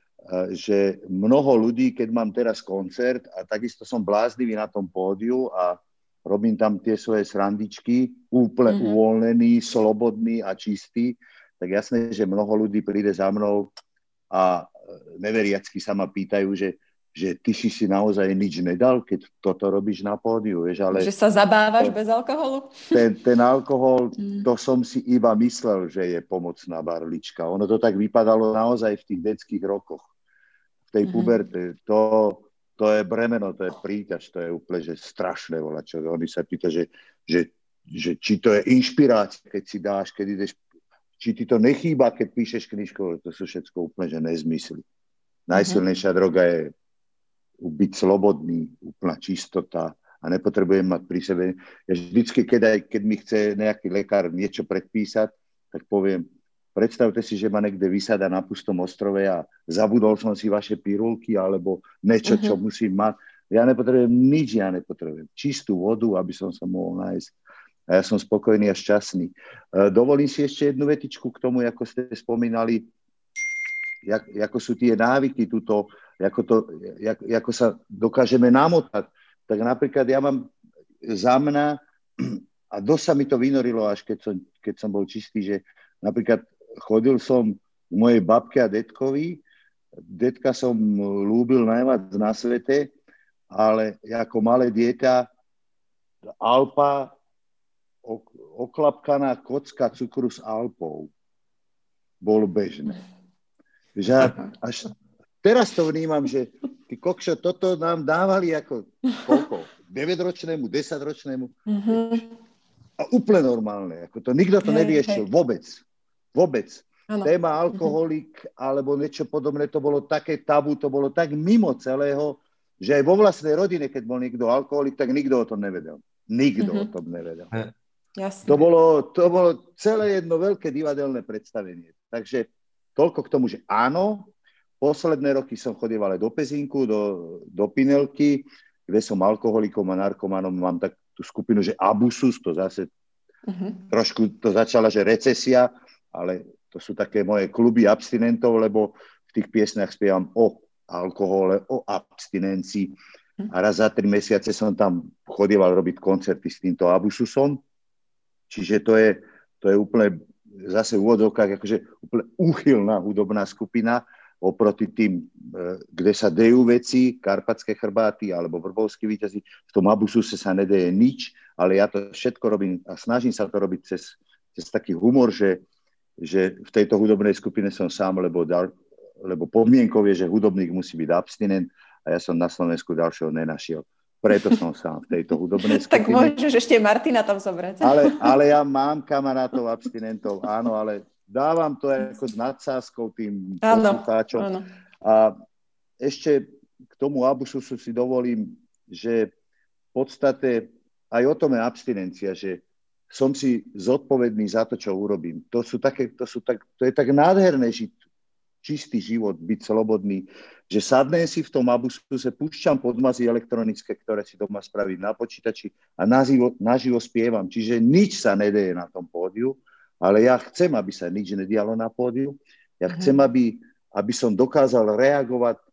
že mnoho ľudí, keď mám teraz koncert a takisto som bláznivý na tom pódiu a robím tam tie svoje srandičky, úplne mm-hmm. uvoľnený, slobodný a čistý, tak jasné, že mnoho ľudí príde za mnou a neveriacky sa ma pýtajú, že, že ty si si naozaj nič nedal, keď toto robíš na pódiu. Vieš, ale že sa zabávaš to, bez alkoholu? Ten, ten alkohol, mm. to som si iba myslel, že je pomocná barlička. Ono to tak vypadalo naozaj v tých detských rokoch. V tej mm. puberte. To, to je bremeno, to je príťaž, to je úplne že strašné volačo. Oni sa pýta, že, že, že či to je inšpirácia, keď si dáš, keď ideš, či ti to nechýba, keď píšeš knižku. To sú všetko úplne že nezmysly. Najsilnejšia mm. droga je byť slobodný, úplná čistota a nepotrebujem mať pri sebe. Ja vždycky, keď, aj, keď mi chce nejaký lekár niečo predpísať, tak poviem, predstavte si, že ma niekde vysada na pustom ostrove a zabudol som si vaše pirulky alebo niečo, uh-huh. čo musím mať. Ja nepotrebujem nič, ja nepotrebujem čistú vodu, aby som sa mohol nájsť. A ja som spokojný a šťastný. E, dovolím si ešte jednu vetičku k tomu, ako ste spomínali, jak, ako sú tie návyky tuto, ako, to, jak, ako sa dokážeme namotať. Tak napríklad ja mám za mňa, a dosť sa mi to vynorilo, až keď som, keď som bol čistý, že napríklad chodil som k mojej babke a detkovi, detka som ľúbil najviac na svete, ale ako malé dieťa Alpa, oklapkaná kocka cukru s Alpou bol bežné. Že až teraz to vnímam, že ty kokšo, toto nám dávali ako koľko? deväťročnému, desaťročnému. Mm-hmm. A úplne normálne. Ako to nikto to hej, neviešil. Hej. Vôbec. Vôbec. Ano. Téma alkoholik mm-hmm. alebo niečo podobné, to bolo také tabu, to bolo tak mimo celého, že aj vo vlastnej rodine, keď bol niekto alkoholik, tak nikto o tom nevedel. Nikto mm-hmm. o tom nevedel. Jasne. To bolo, to bolo celé jedno veľké divadelné predstavenie. Takže toľko k tomu, že áno, posledné roky som chodieval aj do Pezinku, do, do Pinelky, kde som alkoholikom a narkomanom, mám tak tú skupinu, že Abusus, to zase uh-huh. trošku to začala, že recesia, ale to sú také moje kluby abstinentov, lebo v tých piesniach spievam o alkohole, o abstinencii uh-huh. a raz za tri mesiace som tam chodieval robiť koncerty s týmto Abususom, čiže to je, to je úplne zase v úvodzovkách akože úplne úchylná hudobná skupina oproti tým, kde sa dejú veci, Karpatské chrbáty alebo Vrbovskí víťazi. V tom Abususe sa nedeje nič, ale ja to všetko robím a snažím sa to robiť cez, cez taký humor, že, že v tejto hudobnej skupine som sám, lebo, dal, lebo podmienkou je, že hudobník musí byť abstinent a ja som na Slovensku ďalšieho nenašiel. Preto som sám v tejto hudobnej skupine. Tak môžeš ešte Martina tam zobrať. Ale, ale ja mám kamarátov abstinentov, áno, ale dávam to ako s nadsázkou tým poslucháčom. A ešte k tomu Abususu si dovolím, že v podstate aj o tom je abstinencia, že som si zodpovedný za to, čo urobím. To, sú také, to, sú tak, to je tak nádherné žiť čistý život, byť slobodný, že sadnem si v tom Abususe, púšťam podmazy elektronické, ktoré si doma spravím na počítači a naživo, naživo spievam. Čiže nič sa nedeje na tom pódiu, ale ja chcem, aby sa nič nedialo na pódiu. Ja chcem, aby, aby som dokázal reagovať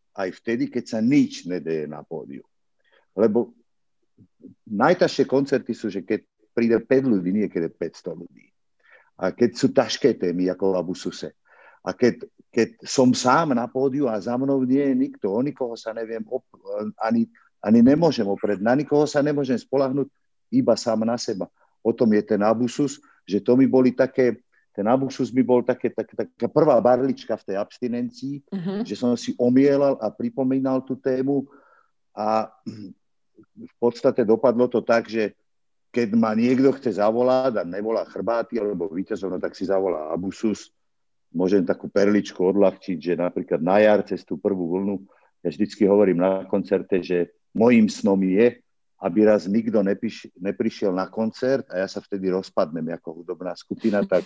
aj vtedy, keď sa nič nedeje na pódiu. Lebo najťažšie koncerty sú, že keď príde päť ľudí, niekedy päťsto ľudí. A keď sú ťažké témy, ako v Abususe. A keď, keď som sám na pódiu a za mnou nie je nikto, o nikoho sa neviem, op- ani, ani nemôžem oprieť, na nikoho sa nemôžem spolahnúť, iba sám na seba. O tom je ten Abusus, že to mi boli také, ten Abusus mi bol také, také, taká prvá barlička v tej abstinencii, uh-huh. že som si omielal a pripomínal tú tému a v podstate dopadlo to tak, že keď ma niekto chce zavolať a nevolá Chrbáty alebo Víťazov, no tak si zavolá Abusus. Môžem takú perličku odľahčiť, že napríklad na jar cez tú prvú vlnu, ja vždycky hovorím na koncerte, že mojím snom je, aby raz nikto nepiš, neprišiel na koncert a ja sa vtedy rozpadnem ako hudobná skupina, tak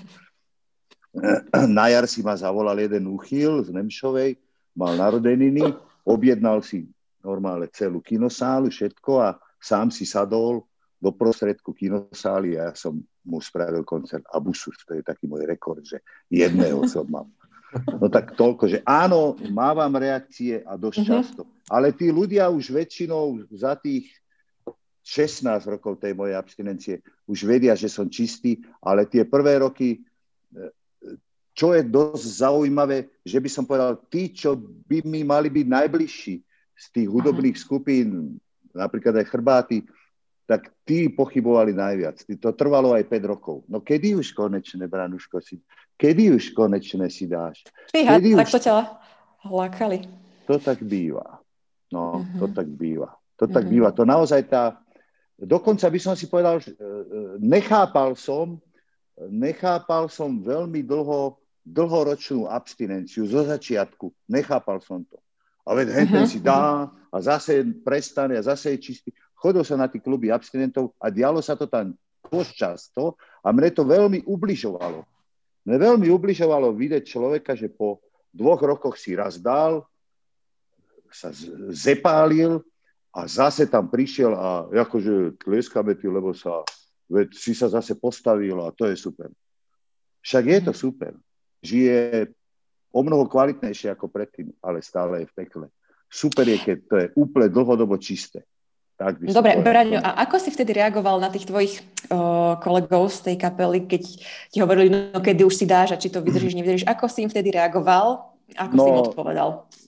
na jar si ma zavolal jeden úchyl z Nemšovej, mal narodeniny, objednal si normálne celú kinosálu, všetko a sám si sadol do prostredku kinosály a ja som mu spravil koncert Abusus. To je taký môj rekord, že jedného som mal. No tak toľko, že áno, mávam reakcie a dosť mm-hmm. často. Ale tí ľudia už väčšinou za tých šestnásť rokov tej mojej abstinencie už vedia, že som čistý, ale tie prvé roky, čo je dosť zaujímavé, že by som povedal, tí, čo by mi mali byť najbližší z tých hudobných uh-huh. skupín, napríklad aj Chrbáty, tak tí pochybovali najviac. To trvalo aj päť rokov. No kedy už konečne, Branuško, si, kedy už konečne si dáš? Fíha, kedy tak už... to ťa lákali. To tak býva. No, uh-huh. to tak býva. To tak uh-huh. býva. To naozaj tá... Dokonca by som si povedal, že nechápal som, nechápal som veľmi dlho dlhoročnú abstinenciu zo začiatku. Nechápal som to. A veď henten uh-huh. si dá a zase prestane a zase je čistý. Chodil som na tí kluby abstinentov a dialo sa to tam dosť často a mne to veľmi ubližovalo. Mne veľmi ubližovalo vidieť človeka, že po dvoch rokoch si raz dal, sa zepálil a zase tam prišiel a akože tleskáme ty, lebo sa, veď si sa zase postavil a to je super. Však je to super. Žije o mnoho kvalitnejšie ako predtým, ale stále je v pekle. Super je, keď to je úplne dlhodobo čisté. Tak Dobre, Braňo, a ako si vtedy reagoval na tých tvojich o, kolegov z tej kapely, keď ti hovorili, no kedy už si dáš a či to vydržíš, nevydržíš, ako si im vtedy reagoval? Ako no, si im odpovedal?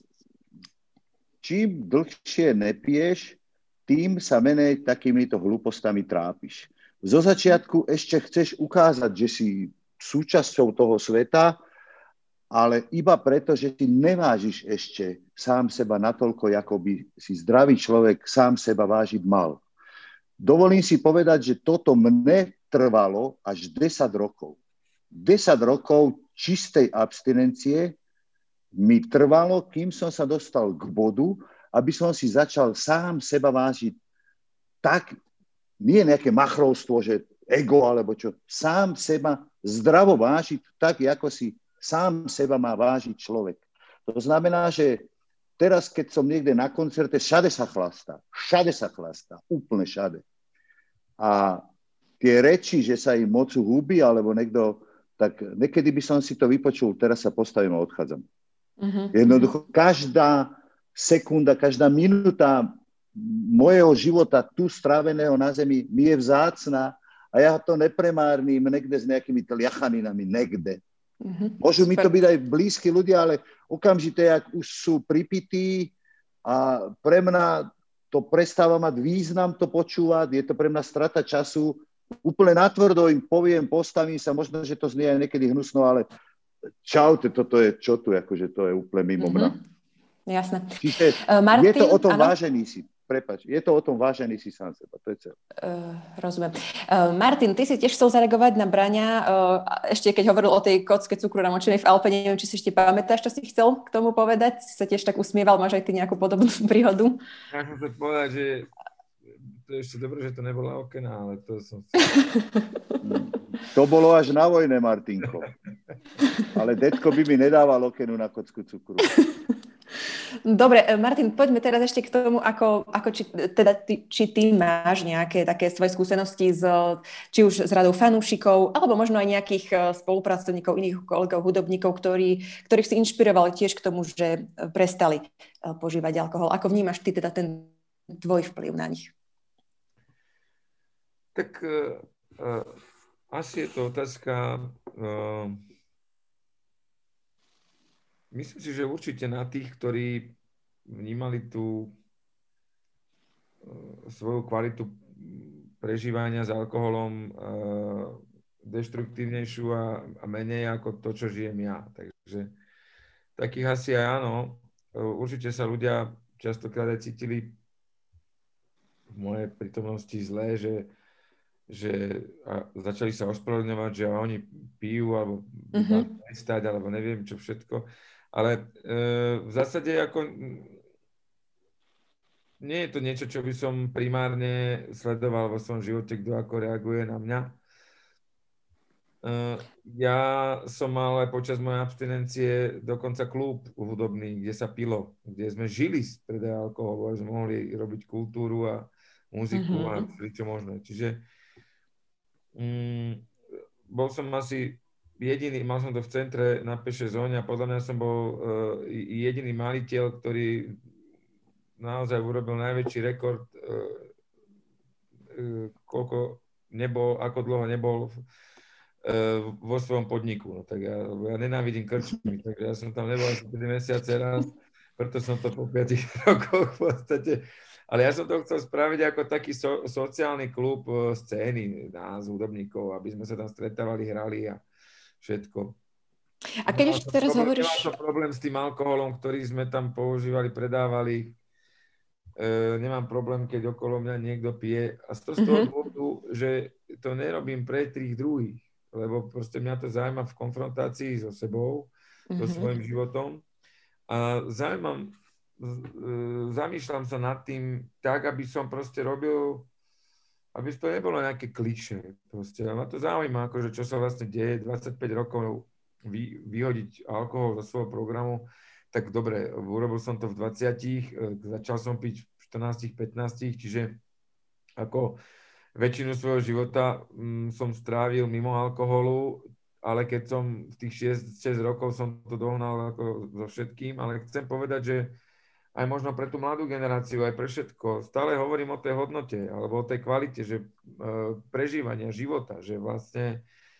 Čím dlhšie nepiješ, tým sa menej takýmito hlúpostami trápiš. Zo začiatku ešte chceš ukázať, že si súčasťou toho sveta, ale iba preto, že ty nevážiš ešte sám seba natoľko, ako by si zdravý človek sám seba vážiť mal. Dovolím si povedať, že toto mne trvalo až desať rokov. desať rokov čistej abstinencie mi trvalo, kým som sa dostal k bodu, aby som si začal sám seba vážiť tak, nie nejaké machrovstvo, že ego alebo čo, sám seba zdravo vážiť tak, ako si sám seba má vážiť človek. To znamená, že teraz, keď som niekde na koncerte, všade sa chlastá. Všade sa chlastá. Úplne všade. A tie reči, že sa im mocu húbi, alebo niekto, tak niekedy by som si to vypočul, teraz sa postavím a odchádzam. Uh-huh. Jednoducho, každá sekunda, každá minúta mojeho života tu stráveného na zemi mi je vzácna a ja to nepremárnim niekde s nejakými tliachaninami, niekde. Uh-huh. Môžu mi to byť aj blízki ľudia, ale okamžite, ak už sú pripití a pre mňa to prestáva mať význam to počúvať, je to pre mňa strata času. Úplne natvrdo im poviem, postavím sa, možno, že to znie aj niekedy hnusno, ale čaute, toto je čo tu, akože to je úplne mimo mňa. Uh-huh. Jasné. Čiže uh, Martin, je to o tom ano? vážení si. Prepáč, je to o tom vážený si sám seba, to je celé. Uh, rozumiem. Uh, Martin, ty si tiež chcel zareagovať na Braňa, uh, ešte keď hovoril o tej kocke cukru namočenej v Alpe, neviem, či si ešte pamätáš, čo si chcel k tomu povedať? Si sa tiež tak usmieval, máš aj ty nejakú podobnú príhodu? Ja som chcel povedať, že to je ešte dobré, že to nebola okena, ale to som chcel. To bolo až na vojne, Martinko. Ale detko by mi nedával okenu na kocku cukru. Dobre, Martin, poďme teraz ešte k tomu, ako, ako či, teda ty, či ty máš nejaké také svoje skúsenosti z, či už s radou fanúšikov, alebo možno aj nejakých spolupracovníkov, iných kolegov, hudobníkov, ktorí, ktorých si inšpirovali tiež k tomu, že prestali požívať alkohol. Ako vnímaš ty teda ten tvoj vplyv na nich? Tak uh, uh, asi je to otázka... Uh, Myslím si, že určite na tých, ktorí vnímali tú svoju kvalitu prežívania s alkoholom deštruktívnejšiu a, a menej ako to, čo žijem ja. Takže takých asi aj áno. Určite sa ľudia častokrát aj cítili v mojej prítomnosti zlé, že, že a začali sa ospravedlňovať, že oni pijú alebo mm-hmm. prestať, alebo neviem čo všetko. Ale e, v zásade ako nie je to niečo, čo by som primárne sledoval vo svojom živote, kto ako reaguje na mňa. E, ja som mal aj počas mojej abstinencie dokonca klub hudobný, kde sa pilo, kde sme žili z predaja alkoholu, aby sme mohli robiť kultúru a muziku mm-hmm. a čo možné. Čiže mm, bol som asi jediný, mal som to v centre na pešej zóne a podľa mňa som bol uh, jediný majiteľ, ktorý naozaj urobil najväčší rekord, uh, uh, koľko nebol, ako dlho nebol uh, vo svojom podniku. No, tak ja, ja nenávidím krčmy, takže ja som tam nebol asi tri mesiace raz, preto som to po piatich rokoch v podstate. Ale ja som to chcel spraviť ako taký so, sociálny klub uh, scény nás, hudobníkov, aby sme sa tam stretávali, hrali a všetko. A keď už teraz problém, hovoríš... Nemám to problém s tým alkoholom, ktorý sme tam používali, predávali. E, nemám problém, keď okolo mňa niekto pije. A z toho mm-hmm. dôvodu, že to nerobím pre tých druhých. Lebo proste mňa to zaujíma v konfrontácii so sebou, mm-hmm. so svojím životom. A zaujímam, e, zamýšľam sa nad tým tak, aby som proste robil... aby to nebolo nejaké klišé. Proste. A ma to zaujíma, akože čo sa vlastne deje, dvadsaťpäť rokov vy, vyhodiť alkohol zo svojho programu, tak dobre, urobil som to v dvadsiatich, začal som piť v štrnástich, pätnástich, čiže ako väčšinu svojho života mm, som strávil mimo alkoholu, ale keď som v tých šesť, šesť rokov som to dohnal ako so všetkým, ale chcem povedať, že aj možno pre tú mladú generáciu, aj pre všetko. Stále hovorím o tej hodnote, alebo o tej kvalite, že uh, prežívania života, že vlastne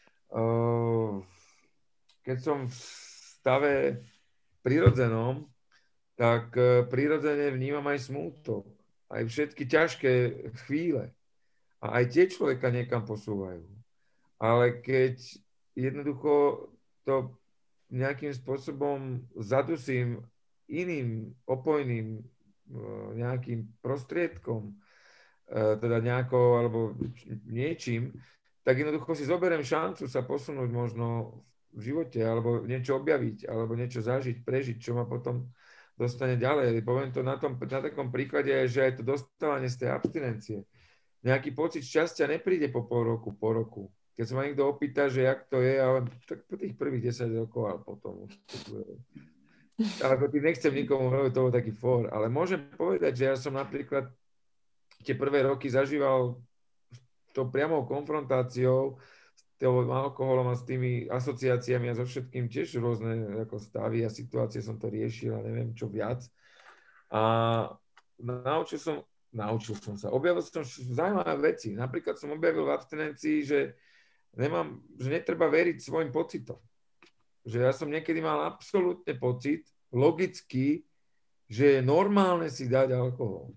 uh, keď som v stave prirodzenom, tak uh, prirodzene vnímam aj smútok, aj všetky ťažké chvíle. A aj tie človeka niekam posúvajú. Ale keď jednoducho to nejakým spôsobom zadusím iným opojným nejakým prostriedkom, teda nejakou alebo niečím, tak jednoducho si zoberiem šancu sa posunúť možno v živote, alebo niečo objaviť, alebo niečo zažiť, prežiť, čo ma potom dostane ďalej. Poviem to na, tom, na takom príklade, že aj to dostávanie z tej abstinencie. Nejaký pocit šťastia nepríde po pol roku, po roku. Keď sa ma niekto opýta, že jak to je, ale tak po tých prvých desať rokov, ale potom už to bude... Ale tým nechcem nikomu hovoriť, to bol taký fór, ale môžem povedať, že ja som napríklad tie prvé roky zažíval s tou priamou konfrontáciou s tým alkoholom a s tými asociáciami a so všetkým tiež rôzne ako stavy a situácie som to riešil a neviem čo viac. A naučil som, naučil som sa, objavil som zaujímavé veci. Napríklad som objavil v abstinencii, že, nemám, že netreba veriť svojim pocitom. Že ja som niekedy mal absolútne pocit, logicky, že je normálne si dať alkohol.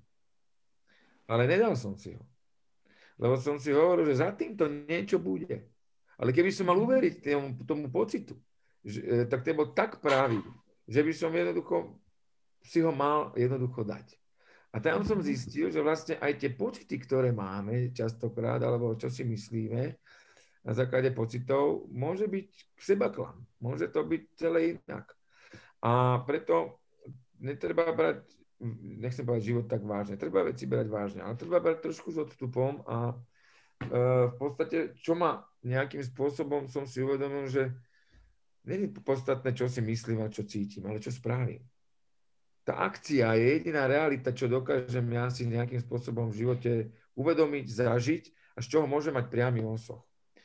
Ale nedal som si ho. Lebo som si hovoril, že za týmto niečo bude. Ale keby som mal uveriť tomu, tomu pocitu, že, tak to bol tak pravý, že by som jednoducho si ho mal jednoducho dať. A tam som zistil, že vlastne aj tie pocity, ktoré máme častokrát, alebo čo si myslíme, na základe pocitov, môže byť sebaklam. Môže to byť celé inak. A preto netreba brať, nechcem povedať život tak vážne, treba veci brať vážne, ale treba brať trošku s odstupom a e, v podstate, čo ma nejakým spôsobom som si uvedomil, že nie je podstatné, čo si myslím a čo cítim, ale čo spravím. tá akcia je jediná realita, čo dokážem ja si nejakým spôsobom v živote uvedomiť, zažiť a z čoho môžem mať priamy osoch.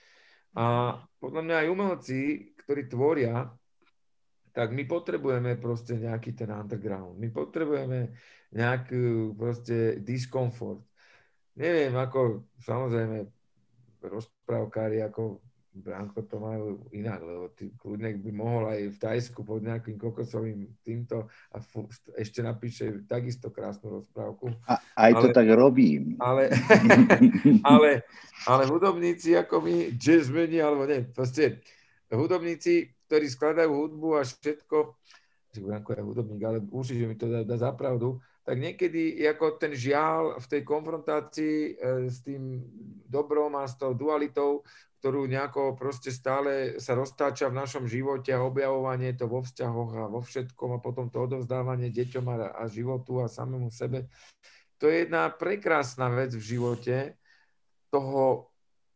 A podľa mňa aj umelci, ktorí tvoria, tak my potrebujeme proste nejaký ten underground. My potrebujeme nejaký proste diskomfort. Neviem, ako samozrejme rozprávkári ako Branko to majú inak, lebo ty kľudne by mohol aj v Thajsku pod nejakým kokosovým týmto a fu, ešte napíše takisto krásnu rozprávku. A aj to ale, tak robím. Ale, ale, ale hudobníci ako my, jazzmeni, alebo nie, proste hudobníci, ktorí skladajú hudbu a všetko, že Branko je hudobník, ale určite mi to dá, dá za pravdu, tak niekedy ako ten žiaľ v tej konfrontácii e, s tým dobrom a s tou dualitou, ktorú nejako proste stále sa roztáča v našom živote a objavovanie to vo vzťahoch a vo všetkom a potom to odovzdávanie deťom a, a životu a samému sebe. To je jedna prekrásna vec v živote toho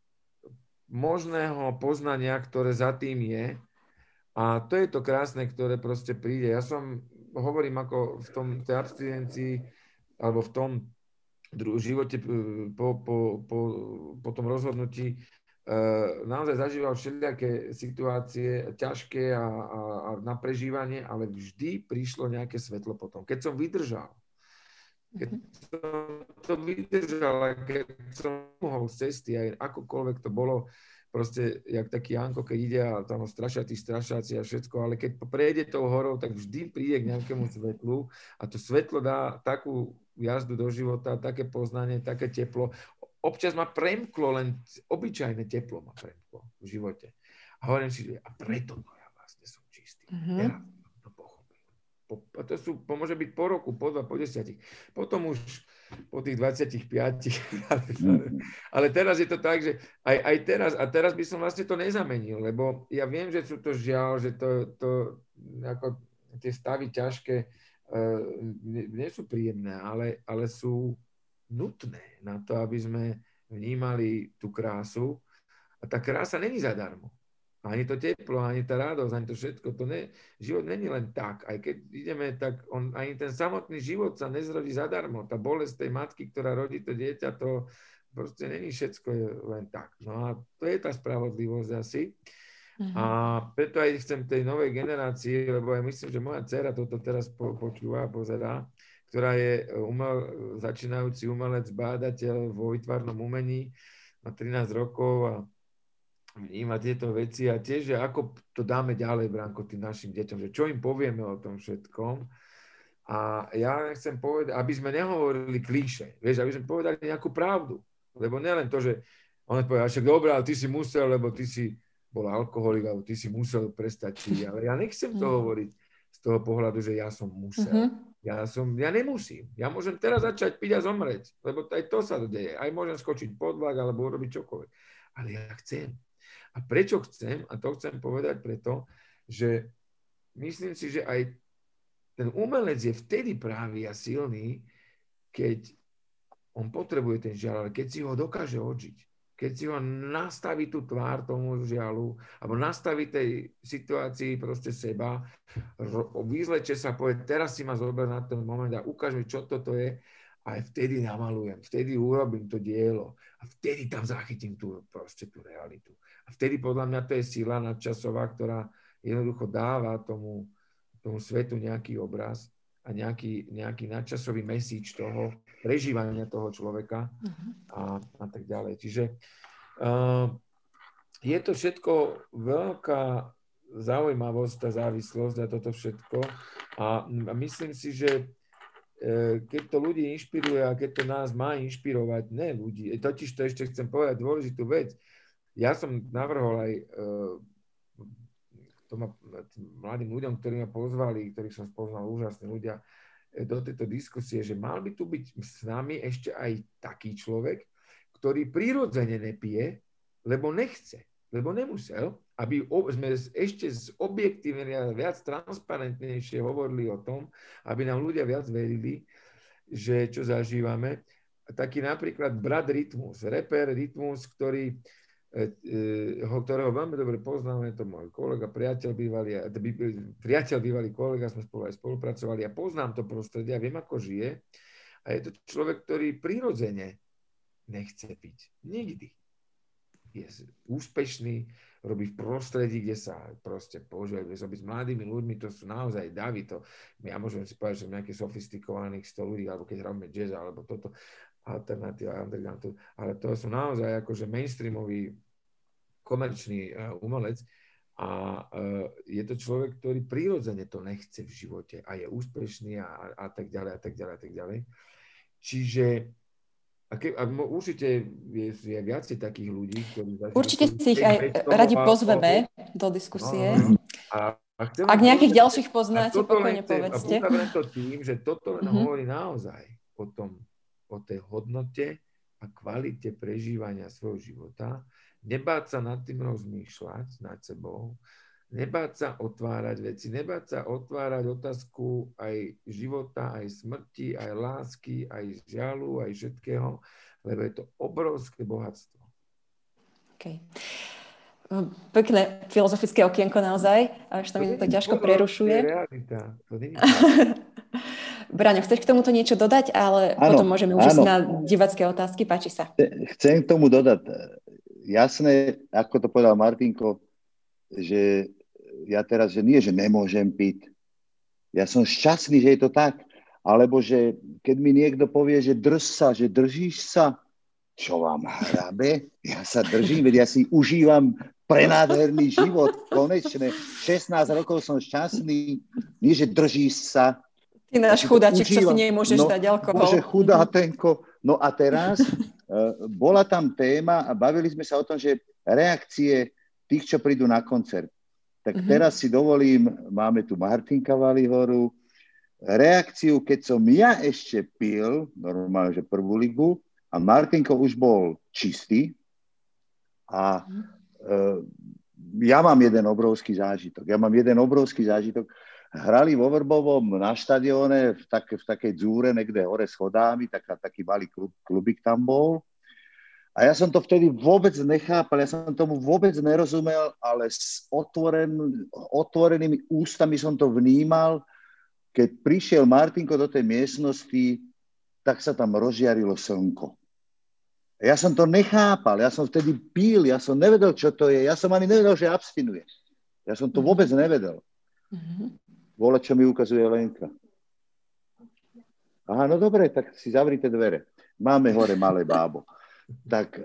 možného poznania, ktoré za tým je. A to je to krásne, ktoré proste príde. Ja som, hovorím ako v tom tej abstinencii alebo v tom živote po, po, po, po tom rozhodnutí naozaj zažíval všelijaké situácie ťažké a, a, a na prežívanie, ale vždy prišlo nejaké svetlo potom. Keď som vydržal, keď som to vydržal a keď som mohol z cesty, aj akokoľvek to bolo, proste jak taký Janko, keď ide a tam strašatí, strašáci a všetko, ale keď prejde tou horou, tak vždy príde k nejakému svetlu a to svetlo dá takú jazdu do života, také poznanie, také teplo. Občas ma premklo, len obyčajné teplo ma premklo v živote. A hovorím si, a preto no ja vlastne som čistý. Mm-hmm. Teraz to pochopil. Po, a to sú, môže byť po roku, po dva, po desiatich. Potom už po tých dvadsiatich piatich. Mm-hmm. Ale teraz je to tak, že aj, aj teraz, a teraz by som vlastne to nezamenil, lebo ja viem, že sú to žiaľ, že to, to ako tie stavy ťažké uh, nie, nie sú príjemné, ale, ale sú nutné na to, aby sme vnímali tú krásu. A tá krása není zadarmo. Ani to teplo, ani tá radosť, ani to všetko. To ne, život není len tak. Aj keď ideme, tak on, ani ten samotný život sa nezrodí zadarmo. Tá bolesť tej matky, ktorá rodí to dieťa, to proste není všetko len tak. No a to je tá spravodlivosť asi. Uh-huh. A preto aj chcem tej novej generácii, lebo ja myslím, že moja dcera toto teraz po, počúva a pozerá, ktorá je umel, začínajúci umelec, bádateľ vo výtvarnom umení, má trinásť rokov a vníma tieto veci a tiež, že ako to dáme ďalej, Branko, tým našim deťom, že čo im povieme o tom všetkom. A ja chcem povedať, aby sme nehovorili klíše, vieš, aby sme povedali nejakú pravdu, lebo nielen to, že on povedal, však dobré, ale ty si musel, lebo ty si bol alkoholik, alebo ty si musel prestať piť, ale ja nechcem to hovoriť z toho pohľadu, že ja som musel. Uh-huh. Ja, som, ja nemusím. Ja môžem teraz začať piť a zomrieť, lebo aj to sa deje. Aj môžem skočiť pod vlak alebo urobiť čokoľvek. Ale ja chcem. A prečo chcem? A to chcem povedať preto, že myslím si, že aj ten umelec je vtedy právý a silný, keď on potrebuje ten žiaľ, ale keď si ho dokáže odžiť. Keď si ho nastaví tú tvár tomu žialu, alebo nastaví tej situácii proste seba, vyzleče sa, povie, teraz si ma zober na ten moment a ukáž mi, čo toto je, a aj vtedy namalujem, vtedy urobím to dielo a vtedy tam zachytím tú, proste tú realitu. A vtedy podľa mňa to je sila nadčasová, ktorá jednoducho dáva tomu, tomu svetu nejaký obraz a nejaký, nejaký nadčasový message toho prežívania toho človeka a, a tak ďalej. Čiže uh, je to všetko veľká zaujímavosť, tá závislosť a toto všetko. A, a myslím si, že uh, keď to ľudí inšpiruje a keď to nás má inšpirovať, ne ľudí, totiž to ešte chcem povedať dôležitú vec. Ja som navrhol aj uh, Toma, mladým ľuďom, ktorí ma pozvali, ktorých som spoznal, úžasní ľudia, do tejto diskusie, že mal by tu byť s nami ešte aj taký človek, ktorý prirodzene nepije, lebo nechce, lebo nemusel, aby sme ešte z objektívne a viac transparentnejšie hovorili o tom, aby nám ľudia viac verili, že čo zažívame. Taký napríklad brat Rytmus, reper Rytmus, ktorý ktorého veľmi dobre poznáme, to môj kolega, priateľ bývalý, priateľ bývalý kolega, sme spolu aj spolupracovali a poznám to prostredie a viem, ako žije. A je to človek, ktorý prirodzene nechce piť. Nikdy. Je úspešný, robí v prostredí, kde sa proste používajú, kde sa byť s mladými ľuďmi, to sú naozaj davy. To, ja môžem si povedať, že nejakých sofistikovaných sto ľudí, alebo keď hráme jazz, alebo toto, alternatíva, underground, ale to sú naozaj akože mainstreamový komerčný uh, umelec a uh, je to človek, ktorý prirodzene to nechce v živote a je úspešný a, a tak ďalej a tak ďalej a tak ďalej. Čiže a ke, a určite je, je viacej takých ľudí, ktorí... Určite si ich aj radi pozveme do diskusie. No, a, a Ak nejakých povedať, ďalších poznáte, pokojne chcem, povedzte. A to tým, že toto len mm-hmm. hovorí naozaj o tom, o tej hodnote a kvalite prežívania svojho života, nebáť sa nad tým rozmýšľať, nad sebou, nebáť sa otvárať veci, nebáť sa otvárať otázku aj života, aj smrti, aj lásky, aj žialu, aj všetkého, lebo je to obrovské bohatstvo. Okay. Pekné filozofické okienko naozaj, až to mi to ťažko prerušuje. To je realita. To nie je Braňo, chceš k tomuto niečo dodať, ale áno, potom môžeme už ísť na divácké otázky, páči sa. Chcem k tomu dodať, jasné, ako to povedal Martinko, že ja teraz, že nie, že nemôžem piť. Ja som šťastný, že je to tak. Alebo že keď mi niekto povie, že drž sa, že držíš sa, čo vám hrabe? Ja sa držím, veď ja si užívam prenádherný život, konečne. šestnásť rokov som šťastný, nie, že držíš sa. Ty náš chudáčik, čo si nemôžeš no, dať alkohol. Bože, chudátenko. No a teraz uh, bola tam téma a bavili sme sa o tom, že reakcie tých, čo prídu na koncert. Tak mm-hmm. teraz si dovolím, máme tu Martinka Valihoru, reakciu, keď som ja ešte pil, normálne, že prvú ligu, a Martinko už bol čistý a uh, ja mám jeden obrovský zážitok. Ja mám jeden obrovský zážitok. Hrali vo Vrbovom na štadióne v, tak, v takej dzúre, niekde hore schodami, tak, taký malý klub, klubik tam bol. A ja som to vtedy vôbec nechápal, ja som tomu vôbec nerozumel, ale s otvoren, otvorenými ústami som to vnímal. Keď prišiel Martinko do tej miestnosti, tak sa tam rozžiarilo slnko. Ja som to nechápal, ja som vtedy pil, ja som nevedel, čo to je, ja som ani nevedel, že abstinuje. Ja som to vôbec nevedel. Mm-hmm. Vole, čo mi ukazuje Lenka. Aha, no dobre, tak si zavrite dvere. Máme hore malé bábo. Tak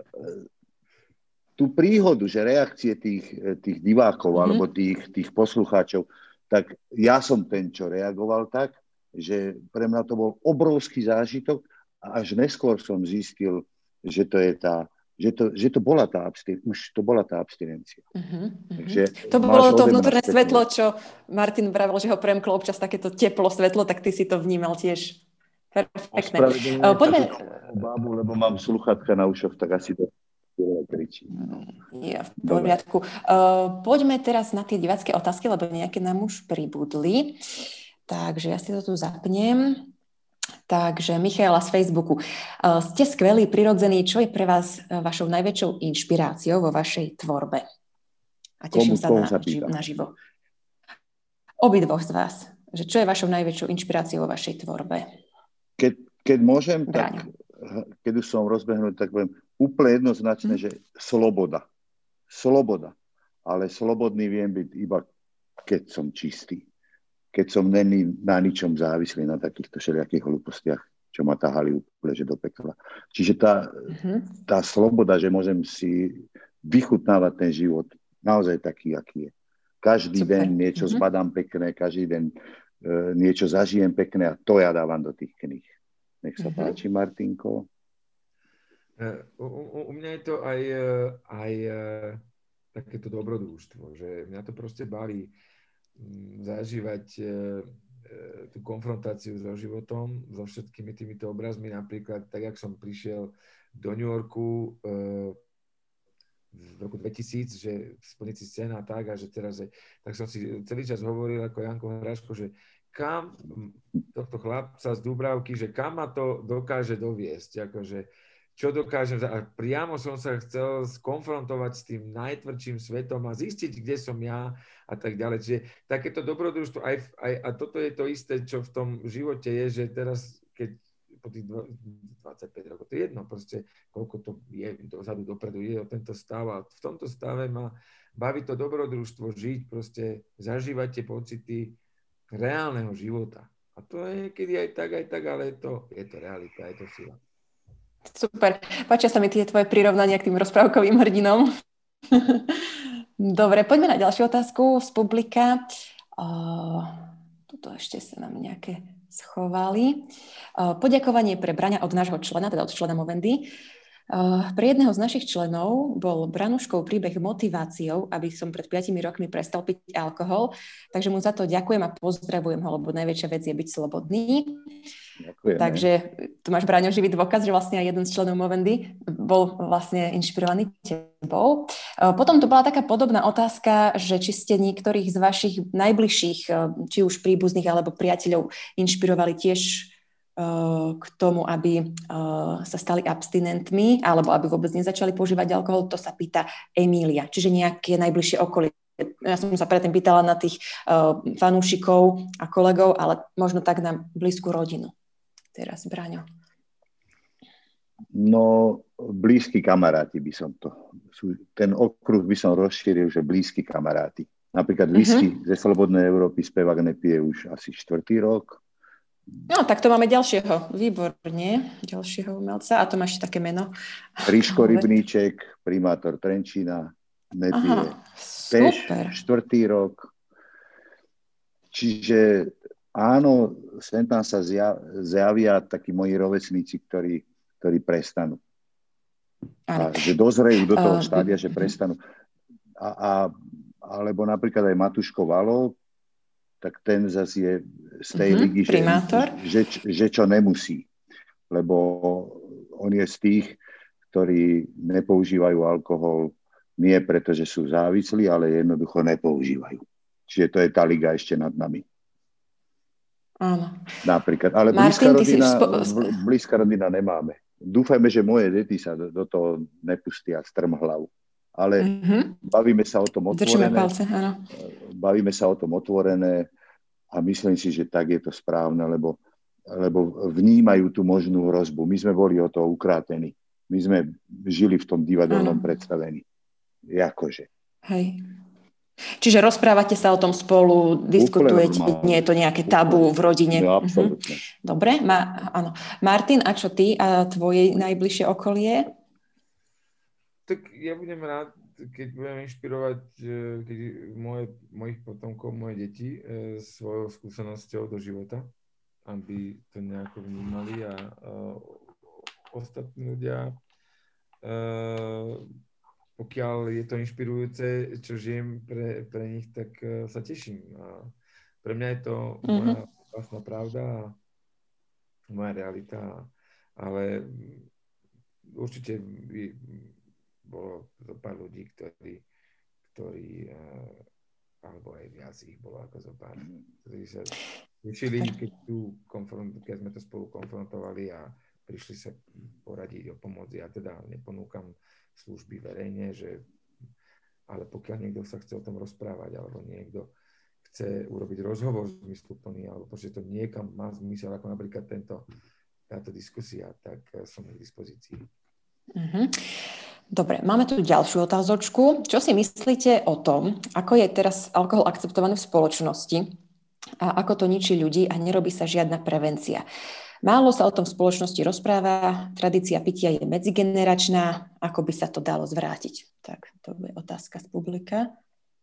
tú príhodu, že reakcie tých, tých divákov mm-hmm. alebo tých, tých poslucháčov, tak ja som ten, čo reagoval tak, že pre mňa to bol obrovský zážitok a až neskôr som zistil, že to je tá Že to, že to bola tá abstinencia, už to bola tá abstinencia. Uh-huh, uh-huh. Takže to bolo to vnútorné svetlo, čo Martin pravil, že ho premklo občas takéto teplo svetlo, tak ty si to vnímal tiež. Perfektné. Uh, poďme... Bábu, lebo mám sluchátka na ušoch, tak asi to kričí. Ja, v poriadku. Uh, poďme teraz na tie divácké otázky, lebo nejaké nám už pribudli. Takže ja si to tu zapnem. Takže Michaela z Facebooku. Ste skvelí, prirodzení. Čo je pre vás vašou najväčšou inšpiráciou vo vašej tvorbe? A teším komu, sa na, na živo. Obidvoch z vás. Že čo je vašou najväčšou inšpiráciou vo vašej tvorbe? Keď, keď môžem, Bráňo. tak keď už som rozbehnutý, tak poviem úplne jednoznačne, hmm. že sloboda. Sloboda. Ale slobodný viem byť iba, keď som čistý. Keď som není na ničom závislý, na takýchto všelijakých hlúpostiach, čo ma tahali úplne, že do pekla. Čiže tá, uh-huh. tá sloboda, že môžem si vychutnávať ten život naozaj taký, aký je. Každý Super. deň niečo uh-huh. zbadám pekné, každý deň uh, niečo zažijem pekné a to ja dávam do tých kníh. Nech sa uh-huh. páči, Martinko. Uh, u, u mňa je to aj, aj uh, takéto dobrodružstvo, že mňa to proste baví zažívať e, e, tú konfrontáciu so životom, so všetkými týmito obrazmi. Napríklad, tak jak som prišiel do New Yorku e, v roku dvetisíc, že splniť si scéna tak, a že teraz, že, tak som si celý čas hovoril ako Janko Hraško, že kam tohto chlapca z Dúbravky, že kam ma to dokáže doviesť. Akože čo dokážem. A priamo som sa chcel skonfrontovať s tým najtvrdším svetom a zistiť, kde som ja a tak ďalej. Čiže takéto dobrodružstvo, aj, aj, a toto je to isté, čo v tom živote je, že teraz, keď po tých dvadsaťpäť rokov, to je jedno, proste, koľko to je dozadu, dopredu, je o tento stav a v tomto stave ma baví to dobrodružstvo, žiť, proste zažívať tie pocity reálneho života. A to je niekedy aj tak, aj tak, ale je to, je to realita, je to sila. Super. Páčia sa mi tie tvoje prirovnania k tým rozprávkovým hrdinom. Dobre, poďme na ďalšiu otázku z publika. Uh, tuto ešte sa nám nejaké schovali. Uh, poďakovanie pre Braňa od nášho člena, teda od člena Movendy. Uh, pre jedného z našich členov bol Branuškov príbeh motiváciou, aby som pred piatimi rokmi prestal piť alkohol, takže mu za to ďakujem a pozdravujem ho, lebo najväčšia vec je byť slobodný. Ďakujeme. Takže tu máš, Braňo, živý dôkaz, že vlastne aj jeden z členov Movendy bol vlastne inšpirovaný tebou. Potom to bola taká podobná otázka, že či ste niektorých z vašich najbližších, či už príbuzných alebo priateľov, inšpirovali tiež k tomu, aby sa stali abstinentmi alebo aby vôbec nezačali používať alkohol. To sa pýta Emília. Čiže nejaké najbližšie okolie. Ja som sa predtým pýtala na tých fanúšikov a kolegov, ale možno tak na blízku rodinu. Teraz, Braňo. No, blízki kamaráti by som to... Ten okruh by som rozšíril, že blízki kamaráti. Napríklad whisky uh-huh. ze Slobodnej Európy spevák nepije už asi štvrtý rok. No, tak to máme ďalšieho. Výborne. Ďalšieho umelca. A to máš také meno. Ríško Rybníček, primátor Trenčína, nepije. Tež štvrtý rok. Čiže áno, sem tam sa zjavia takí moji rovesníci, ktorí, ktorí prestanú. A že dozrejú do toho uh, štádia, že prestanú. A, a, alebo napríklad aj Matuško Valo, tak ten zase je z tej uh-huh, ligy, že, že, že čo nemusí. Lebo on je z tých, ktorí nepoužívajú alkohol nie preto, že sú závislí, ale jednoducho nepoužívajú. Čiže to je tá liga ešte nad nami. Áno. Napríklad. Ale blízka rodina, spo... blízka rodina nemáme. Dúfajme, že moje deti sa do, do toho nepustia strmhlavu. Ale mm-hmm. bavíme sa o tom otvorené. Palce, áno. Bavíme sa o tom otvorené a myslím si, že tak je to správne, lebo, lebo vnímajú tú možnú hrozbu. My sme boli o to ukrátení. My sme žili v tom divadelnom áno. predstavení. Jakože. Hej. Čiže rozprávate sa o tom spolu, diskutujete, nie je to nejaké tabu v rodine. No, absolútne. Mhm. Dobre, Ma, áno. Martin, a čo ty a tvoje najbližšie okolie? Tak ja budem rád, keď budem inšpirovať keď moje, mojich potomkov, moje deti e, svojou skúsenosťou do života, aby to nejako vnímali a, a ostatní ľudia e, pokiaľ je to inšpirujúce, čo žijem pre, pre nich, tak uh, sa teším. A pre mňa je to mm-hmm. moja vlastná pravda a moja realita, ale určite by bolo to pár ľudí, ktorí, ktorí uh, alebo aj viac ich bolo ako zo pár, ktorí sa tešili, keď, tu konfront, keď sme to spolu konfrontovali a prišli sa poradiť o pomoc. Ja teda neponúkam služby verejne, že, ale pokiaľ niekto sa chce o tom rozprávať, alebo niekto chce urobiť rozhovor zmysluplný, alebo že to niekam má zmysel, ako napríklad tento, táto diskusia, tak som k dispozícii. Mm-hmm. Dobre, máme tu ďalšiu otázočku. Čo si myslíte o tom, ako je teraz alkohol akceptovaný v spoločnosti a ako to ničí ľudí a nerobí sa žiadna prevencia? Málo sa o tom v spoločnosti rozpráva, tradícia pitia je medzigeneračná, ako by sa to dalo zvrátiť? Tak, to je otázka z publika.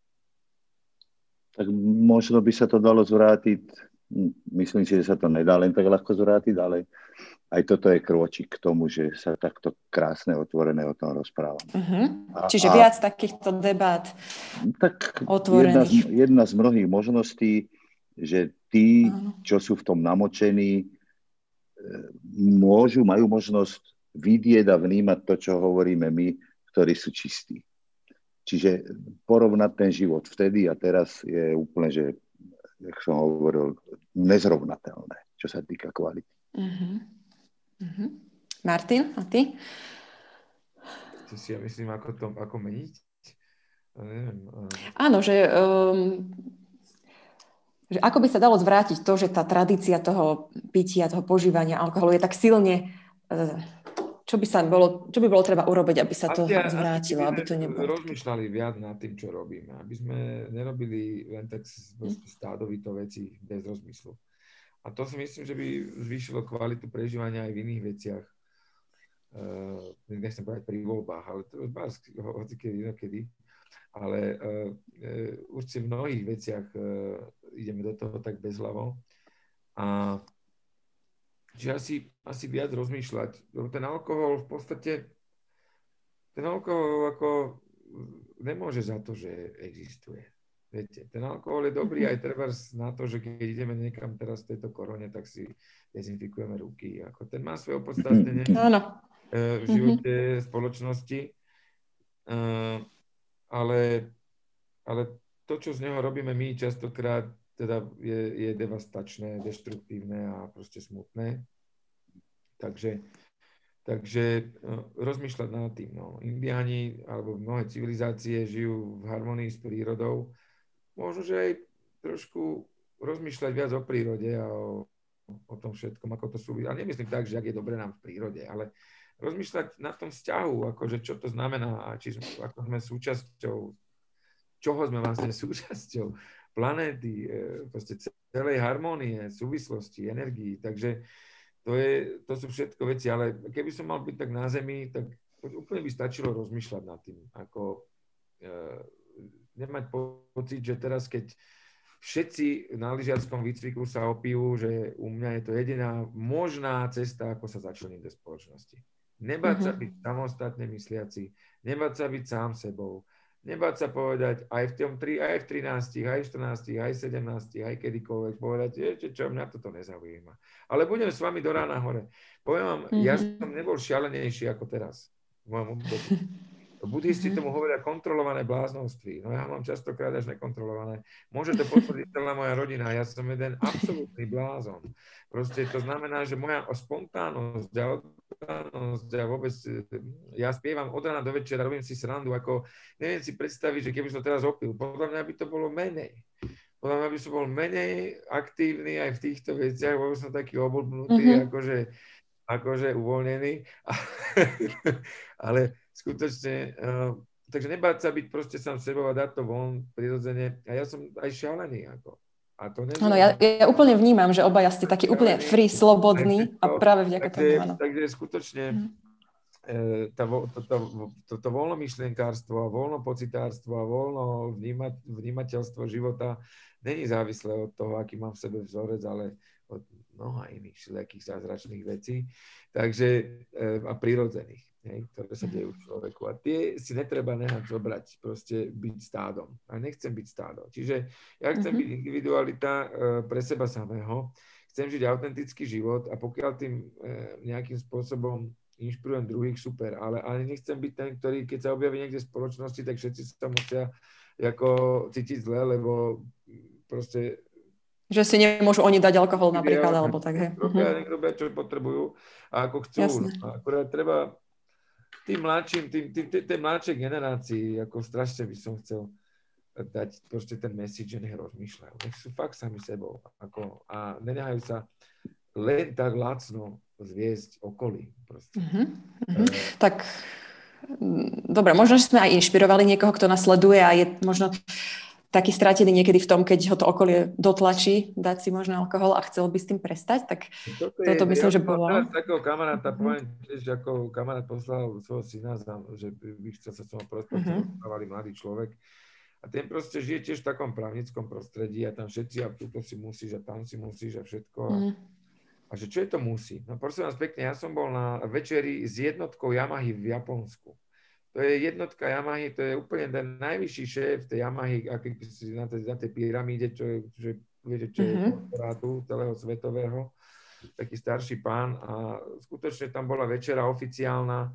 Tak možno by sa to dalo zvrátiť, myslím si, že sa to nedá len tak ľahko zvrátiť, ale aj toto je krôčik k tomu, že sa takto krásne, otvorené o tom rozpráva. Uh-huh. A, Čiže viac a, takýchto debát tak otvorených. Jedna z, jedna z mnohých možností, že tí, uh-huh. čo sú v tom namočení, môžu, majú možnosť vidieť a vnímať to, čo hovoríme my, ktorí sú čistí. Čiže porovnať ten život vtedy a teraz je úplne, že, jak som hovoril, nezrovnateľné, čo sa týka kvality. Uh-huh. Uh-huh. Martin, a ty? Čo si ja myslím, ako to, ako meniť? Ja neviem. Áno, že, um, že ako by sa dalo zvrátiť to, že tá tradícia toho pitia, toho požívania alkoholu je tak silne... Uh, Čo by, sa bolo, čo by bolo treba urobiť, aby sa to asi, zvrátilo, asi aby to nebolo? Rozmýšľali viac nad tým, čo robíme. Aby sme nerobili len tak stádovito veci bez rozmyslu. A to si myslím, že by zvýšilo kvalitu prežívania aj v iných veciach. Uh, nechcem povedať pri voľbách, ale to je hocikedy inokedy. Ale uh, uh, určite v mnohých veciach uh, ideme do toho tak bezhlavo. A Čiže asi, asi viac rozmýšľať. Lebo ten alkohol v podstate, ten alkohol ako nemôže za to, že existuje. Viete, ten alkohol je dobrý aj trebárs na to, že keď ideme niekam teraz v tejto korone, tak si dezinfikujeme ruky. Ako ten má svoje opodstatnenie v živote spoločnosti. Ale, ale to, čo z neho robíme my, častokrát teda je, je devastačné, deštruktívne a proste smutné. Takže, takže uh, rozmýšľať nad tým. No. Indiáni alebo mnohé civilizácie žijú v harmonii s prírodou. Možno, že aj trošku rozmýšľať viac o prírode a o, o tom všetkom, ako to súvisí. Ale nemyslím tak, že ak je dobre nám v prírode, ale rozmýšľať na tom vzťahu, akože čo to znamená, či ako sme súčasťou, čoho sme vlastne súčasťou, planéty, proste celej harmónie, súvislosti, energii. Takže to, je, to sú všetko veci, ale keby som mal byť tak na Zemi, tak úplne by stačilo rozmýšľať nad tým. Ako, e, nemať pocit, že teraz, keď všetci na lyžiarskom výcviku sa opijú, že u mňa je to jediná možná cesta, ako sa začleniť do spoločnosti. Nebáť mm-hmm. sa byť samostatne mysliaci, nebáť sa byť sám sebou, nebáť sa povedať aj v tom tri, aj v trinástich, aj v štrnástich, aj v sedemnástich, aj kedykoľvek povedať, viete čo, mňa toto nezaujíma. Ale budem s vami do rána hore. Poviem vám, mm-hmm. ja som nebol šialenejší ako teraz v mojom období. Buddhisti mm-hmm. tomu hovoria kontrolované bláznostvo. No ja mám častokrát až nekontrolované. Môže to potvrdiť celá moja rodina. Ja som jeden absolútny blázon. Proste to znamená, že moja spontánnosť a oddanosť a vôbec, ja spievam od rána do večera, robím si srandu, ako neviem si predstaviť, že keby som teraz opil, podľa mňa by to bolo menej. Podľa mňa by som bol menej aktívny aj v týchto veciach, bol som taký oblbnutý, mm-hmm. akože, akože uvoľnený. Ale skutočne, uh, takže nebáť sa byť proste sám sebou a dať to von prirodzene. A ja som aj šialený, ako. A to nezaujíma. Áno, ja, ja úplne vnímam, že obaja ste takí úplne free, slobodní a práve vďaka takže, tomu, áno. Takže skutočne mm. tá, to, to, to, to voľnomyšlienkárstvo a voľnopocitárstvo a voľno vníma, vnímateľstvo života není závislé od toho, aký mám v sebe vzorec, ale od mnoha iných všelijakých zázračných vecí. Takže a prirodzených. Hej, ktoré sa dejú v človeku. A tie si netreba nehať zobrať, proste byť stádom. A nechcem byť stádom. Čiže ja chcem mm-hmm. byť individualita e, pre seba samého, chcem žiť autentický život a pokiaľ tým e, nejakým spôsobom inšpirujem druhých, super, ale, ale nechcem byť ten, ktorý, keď sa objaví niekde v spoločnosti, tak všetci sa musia ako cítiť zle, lebo proste... Že si nemôžu oni dať alkohol napríklad, alebo tak, hej. Robia, nech robia, čo potrebujú a ako chcú. Jasne. Akurát treba tým mladším, tým, tým, tým, tým mladšej generácii, ako strašne by som chcel dať proste ten message, že nech rozmýšľajú. Nech sú fakt sami sebou. Ako, a nenehajú sa len tak lacno zviesť okolí. Uh-huh, uh-huh. Uh, tak, dobre, možno, že sme aj inšpirovali niekoho, kto nás sleduje a je možno taký stratený niekedy v tom, keď ho to okolie dotlačí, dať si možno alkohol a chcel by s tým prestať, tak toto, toto je, myslím, ja že bolo. Teraz takého kamaráta, poviem tiež, ako kamarát poslal svojho syna, že by chcel sa s tom porozprávať, uh-huh. rozprávali mladý človek. A ten proste žije tiež v takom právnickom prostredí a tam všetci a tuto si musíš a tam si musíš a všetko. Uh-huh. A že čo je to musí? No prosím vás pekne, ja som bol na večeri s jednotkou Yamahy v Japonsku. To je jednotka Yamahy, to je úplne ten najvyšší šéf tej Yamahy, aký si na tej, na tej pyramíde, čo je, že, viete, čo je korporátu celého svetového, taký starší pán a skutočne tam bola večera oficiálna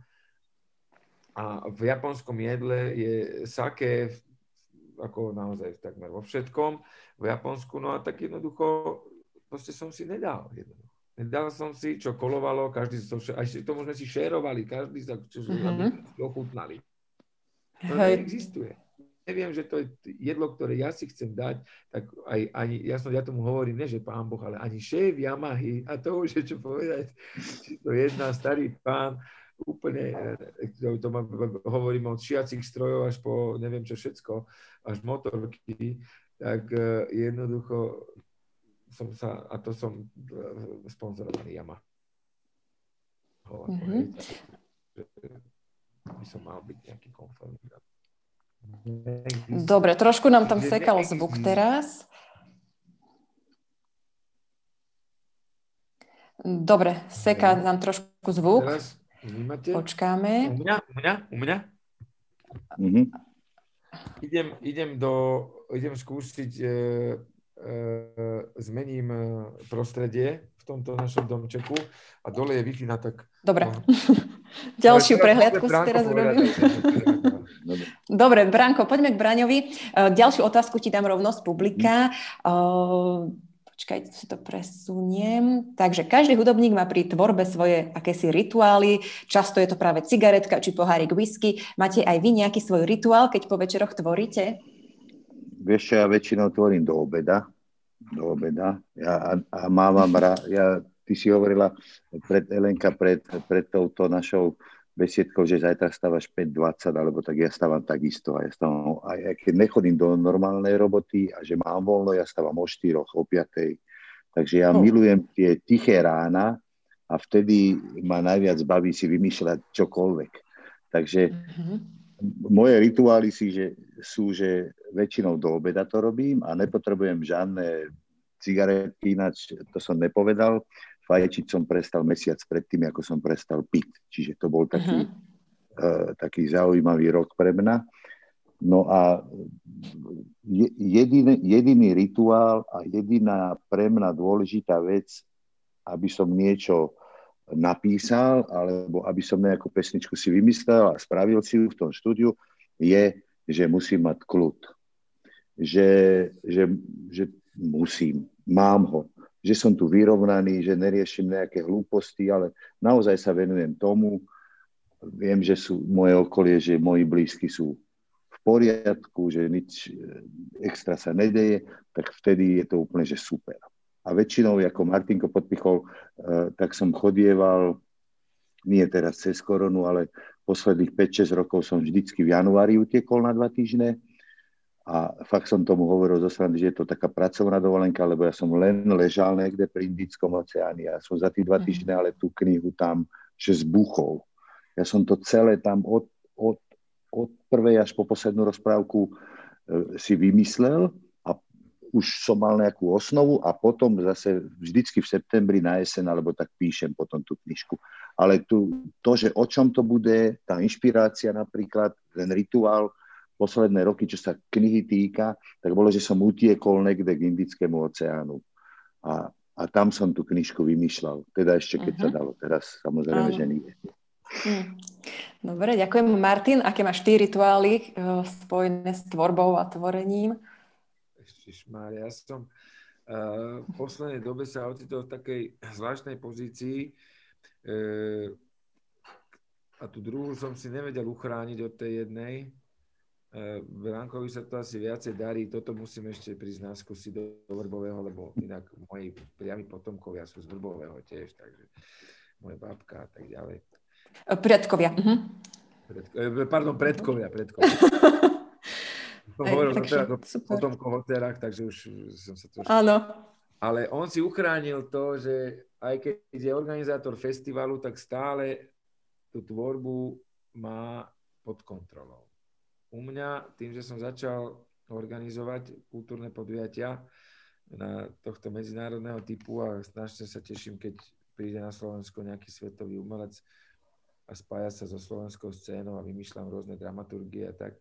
a v japonskom jedle je sake ako naozaj takmer vo všetkom v Japonsku, no a tak jednoducho proste som si nedal jednoducho. Dal som si, čo kolovalo, každý so, aj to sme si šerovali, každý sa, čo, mm-hmm. aby si ochutnali. To neexistuje. Neviem, že to je jedlo, ktoré ja si chcem dať, tak aj ani, ja, som, ja tomu hovorím, ne, že pán Boh, ale ani šéf Yamahy, a to už je čo povedať, či to jedna starý pán, úplne, to ma, hovorím od šiacich strojov až po neviem čo všetko, až motorky, tak jednoducho som sa, a to som sponzorovaný Yamaha. Mm-hmm. By som mal byť nejaký konformný. Dobre, trošku nám tam sekal zvuk teraz. Dobre, seká nám trošku zvuk. Teraz vnímate? Počkáme. U mňa? U mňa? U mňa? Mm-hmm. Idem, idem do, idem skúsiť, e, e, zmením prostredie v tomto našom domčeku a dole je Wi-Fi na tak... Dobre. No. Ďalšiu prehliadku si teraz urobím. Dobre, Branko, poďme k Braňovi. Ďalšiu otázku ti dám rovno z publika. Počkajte, si to presuniem. Takže každý hudobník má pri tvorbe svoje akési rituály. Často je to práve cigaretka či pohárik whisky. Máte aj vy nejaký svoj rituál, keď po večeroch tvoríte? Vieš čo, ja väčšinou tvorím do obeda. Do obeda. Ja, a, a mávam rád, ja, ty si hovorila pred, Elenka, pred, pred touto našou besiedkou, že zajtra stávaš päť dvadsať, alebo tak ja stávam takisto. A ja stávam, aj keď nechodím do normálnej roboty a že mám voľno, ja stávam o štyroch, o piatej. Takže ja oh. milujem tie tiché rána a vtedy ma najviac baví si vymýšľať čokoľvek. Takže mm-hmm. moje rituály si, že, sú, že väčšinou do obeda to robím a nepotrebujem žiadne cigarety, ináč to som nepovedal. Fajčiť som prestal mesiac predtým, ako som prestal piť. Čiže to bol taký, uh-huh. uh, taký zaujímavý rok pre mňa. No a jediný, jediný rituál a jediná pre mňa dôležitá vec, aby som niečo napísal, alebo aby som nejakú pesničku si vymyslel a spravil si ju v tom štúdiu, je, že musím mať kľud. Že, že, že musím, mám ho. Že som tu vyrovnaný, že neriešim nejaké hlúposti, ale naozaj sa venujem tomu. Viem, že sú moje okolie, že moji blízky sú v poriadku, že nič extra sa nedeje, tak vtedy je to úplne, že super. A väčšinou, ako Martinko podpichol, tak som chodieval, nie teraz cez koronu, ale posledných päť šesť rokov som vždycky v januári utiekol na dva týždne. A fakt som tomu hovoril zo strany, že je to taká pracovná dovolenka, lebo ja som len ležal niekde pri Indickom oceáne. Ja som za tých dva týždne, ale tú knihu tam, že zbuchol. Ja som to celé tam od, od, od prvej až po poslednú rozprávku e, si vymyslel a už som mal nejakú osnovu a potom zase vždycky v septembri na jeseň, alebo tak píšem potom tú knižku. Ale tu, to, že o čom to bude, tá inšpirácia napríklad, ten rituál, posledné roky, čo sa knihy týka, tak bolo, že som utiekol niekde k Indickému oceánu. A, a tam som tú knižku vymýšľal. Teda ešte, keď uh-huh. sa dalo. Teraz samozrejme, uh-huh. že nie. Hmm. Dobre, ďakujem. Martin, aké máš ty rituály uh, spojené s tvorbou a tvorením? Ježišmária, ja som uh, v poslednej dobe sa ocitol v takej zvláštnej pozícii uh, a tú druhú som si nevedel uchrániť od tej jednej. Brankovi sa to asi viacej darí, toto musím ešte prísť na skúsiť do, do Vrbového, lebo inak moji priami potomkovia sú z Vrbového tiež, takže moje babka a tak ďalej. Predkovia. Uh-huh. Predko, pardon, predkovia, predkovia. Hovoril som teraz o potomkov o terách, takže už som sa to... Áno. Ale on si uchránil to, že aj keď je organizátor festivalu, tak stále tú tvorbu má pod kontrolou. U mňa, tým, že som začal organizovať kultúrne podujatia na tohto medzinárodného typu a strašne sa teším, keď príde na Slovensko nejaký svetový umelec a spája sa so slovenskou scénou a vymýšľam rôzne dramaturgie a tak,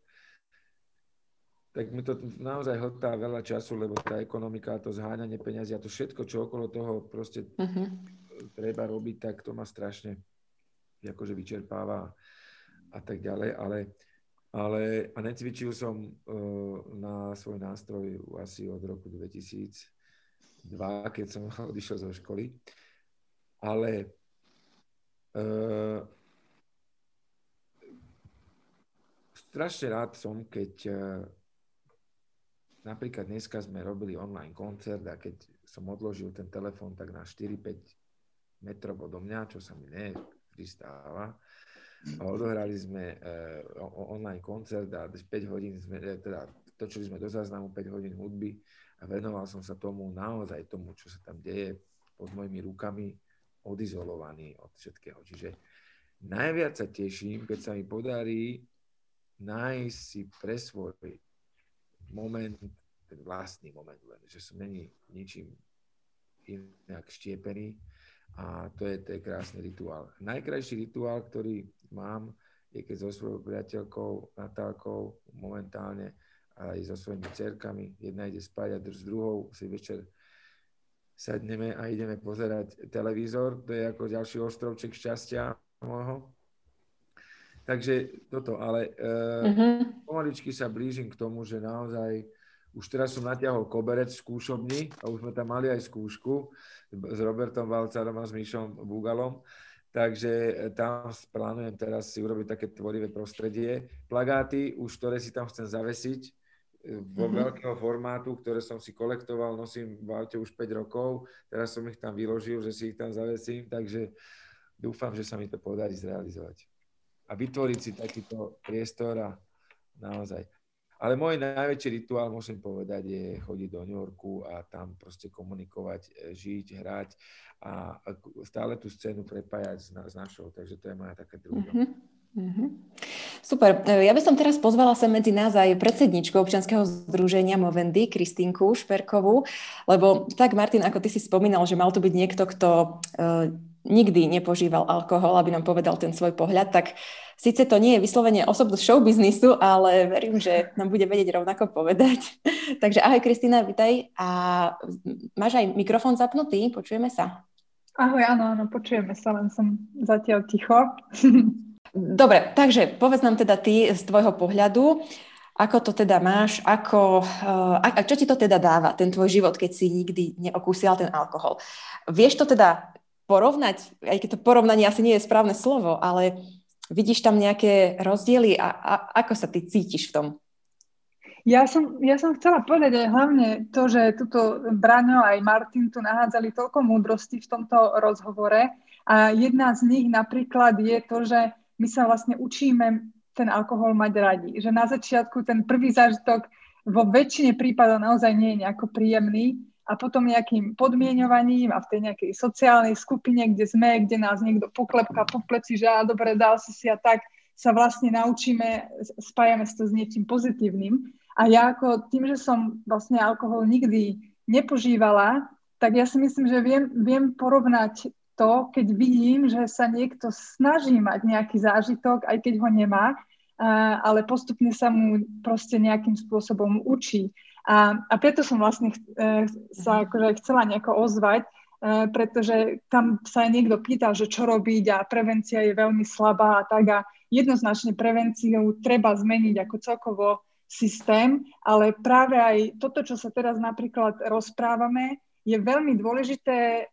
tak mi to naozaj hltá veľa času, lebo tá ekonomika, to zháňanie peňazí a to všetko, čo okolo toho proste uh-huh. treba robiť, tak to ma strašne akože vyčerpáva a tak ďalej, ale Ale a necvičil som uh, na svoj nástroj asi od roku dvetisícdva, keď som odišiel zo školy. ale uh, strašne rád som, keď uh, napríklad dneska sme robili online koncert a keď som odložil ten telefón tak na štyri päť metrov odo mňa, čo sa mi ne vždy stáva, a odohrali sme uh, online koncert a päť hodín sme, teda točili sme do záznamu päť hodín hudby a venoval som sa tomu, naozaj tomu, čo sa tam deje pod mojimi rukami, odizolovaný od všetkého. Čiže najviac sa teším, keď sa mi podarí nájsť si pre svoj moment, ten vlastný moment, len, že som není ničím inak štiepený a to je, to je krásny rituál. Najkrajší rituál, ktorý mám, je keď so svojou priateľkou Natálkou momentálne aj so svojimi dcerkami, jedna ide spať a s druhou si večer sadneme a ideme pozerať televízor. To je ako ďalší ostrovček šťastia môjho. Takže toto, ale uh, mm-hmm. pomaličky sa blížim k tomu, že naozaj už teraz som natiahol koberec v skúšobni a už sme tam mali aj skúšku s Robertom Valcarom a s Míšom Bugalom. Takže tam plánujem teraz si urobiť také tvorivé prostredie. Plagáty, už ktoré si tam chcem zavesiť, vo mm-hmm. veľkého formátu, ktoré som si kolektoval, nosím v aute už päť rokov, teraz som ich tam vyložil, že si ich tam zavesím, takže dúfam, že sa mi to podarí zrealizovať. A vytvoriť si takýto priestor a naozaj. Ale môj najväčší rituál, musím povedať, je chodiť do New Yorku a tam proste komunikovať, žiť, hrať a stále tú scénu prepájať s, na, s našou, takže to je moja taká druhá. Mm-hmm. Mm-hmm. Super. Ja by som teraz pozvala sem medzi nás aj predsedničku občianskeho združenia Movendy, Kristínku Šperkovú, lebo tak, Martin, ako ty si spomínal, že mal tu byť niekto, kto uh, nikdy nepožíval alkohol, aby nám povedal ten svoj pohľad, tak síce to nie je vyslovene osobnosť showbiznisu, ale verím, že nám bude vedieť rovnako povedať. Takže ahoj, Kristína, vitaj. A máš aj mikrofón zapnutý? Počujeme sa? Ahoj, áno, áno, počujeme sa, len som zatiaľ ticho. Dobre, takže povedz nám teda ty z tvojho pohľadu, ako to teda máš, ako, a, a čo ti to teda dáva, ten tvoj život, keď si nikdy neokúsila ten alkohol. Vieš to teda porovnať, aj keď to porovnanie asi nie je správne slovo, ale vidíš tam nejaké rozdiely a, a ako sa ty cítiš v tom? Ja som, ja som chcela povedať aj hlavne to, že tuto Braňo aj Martin tu nahádzali toľko múdrosti v tomto rozhovore a jedna z nich napríklad je to, že my sa vlastne učíme ten alkohol mať radi. Že na začiatku ten prvý zážitok vo väčšine prípadov naozaj nie je nejako príjemný a potom nejakým podmienovaním a v tej nejakej sociálnej skupine, kde sme, kde nás niekto poklepká po pleci, že á, dobre, dal si si a tak, sa vlastne naučíme, spájame sa to s niečím pozitívnym. A ja ako tým, že som vlastne alkohol nikdy nepožívala, tak ja si myslím, že viem, viem porovnať to, keď vidím, že sa niekto snaží mať nejaký zážitok, aj keď ho nemá, ale postupne sa mu proste nejakým spôsobom učí. A, a preto som vlastne sa akože chcela nejako ozvať, pretože tam sa aj niekto pýtal, že čo robiť a prevencia je veľmi slabá a tak a jednoznačne prevenciu treba zmeniť ako celkovo systém, ale práve aj toto, čo sa teraz napríklad rozprávame, je veľmi dôležité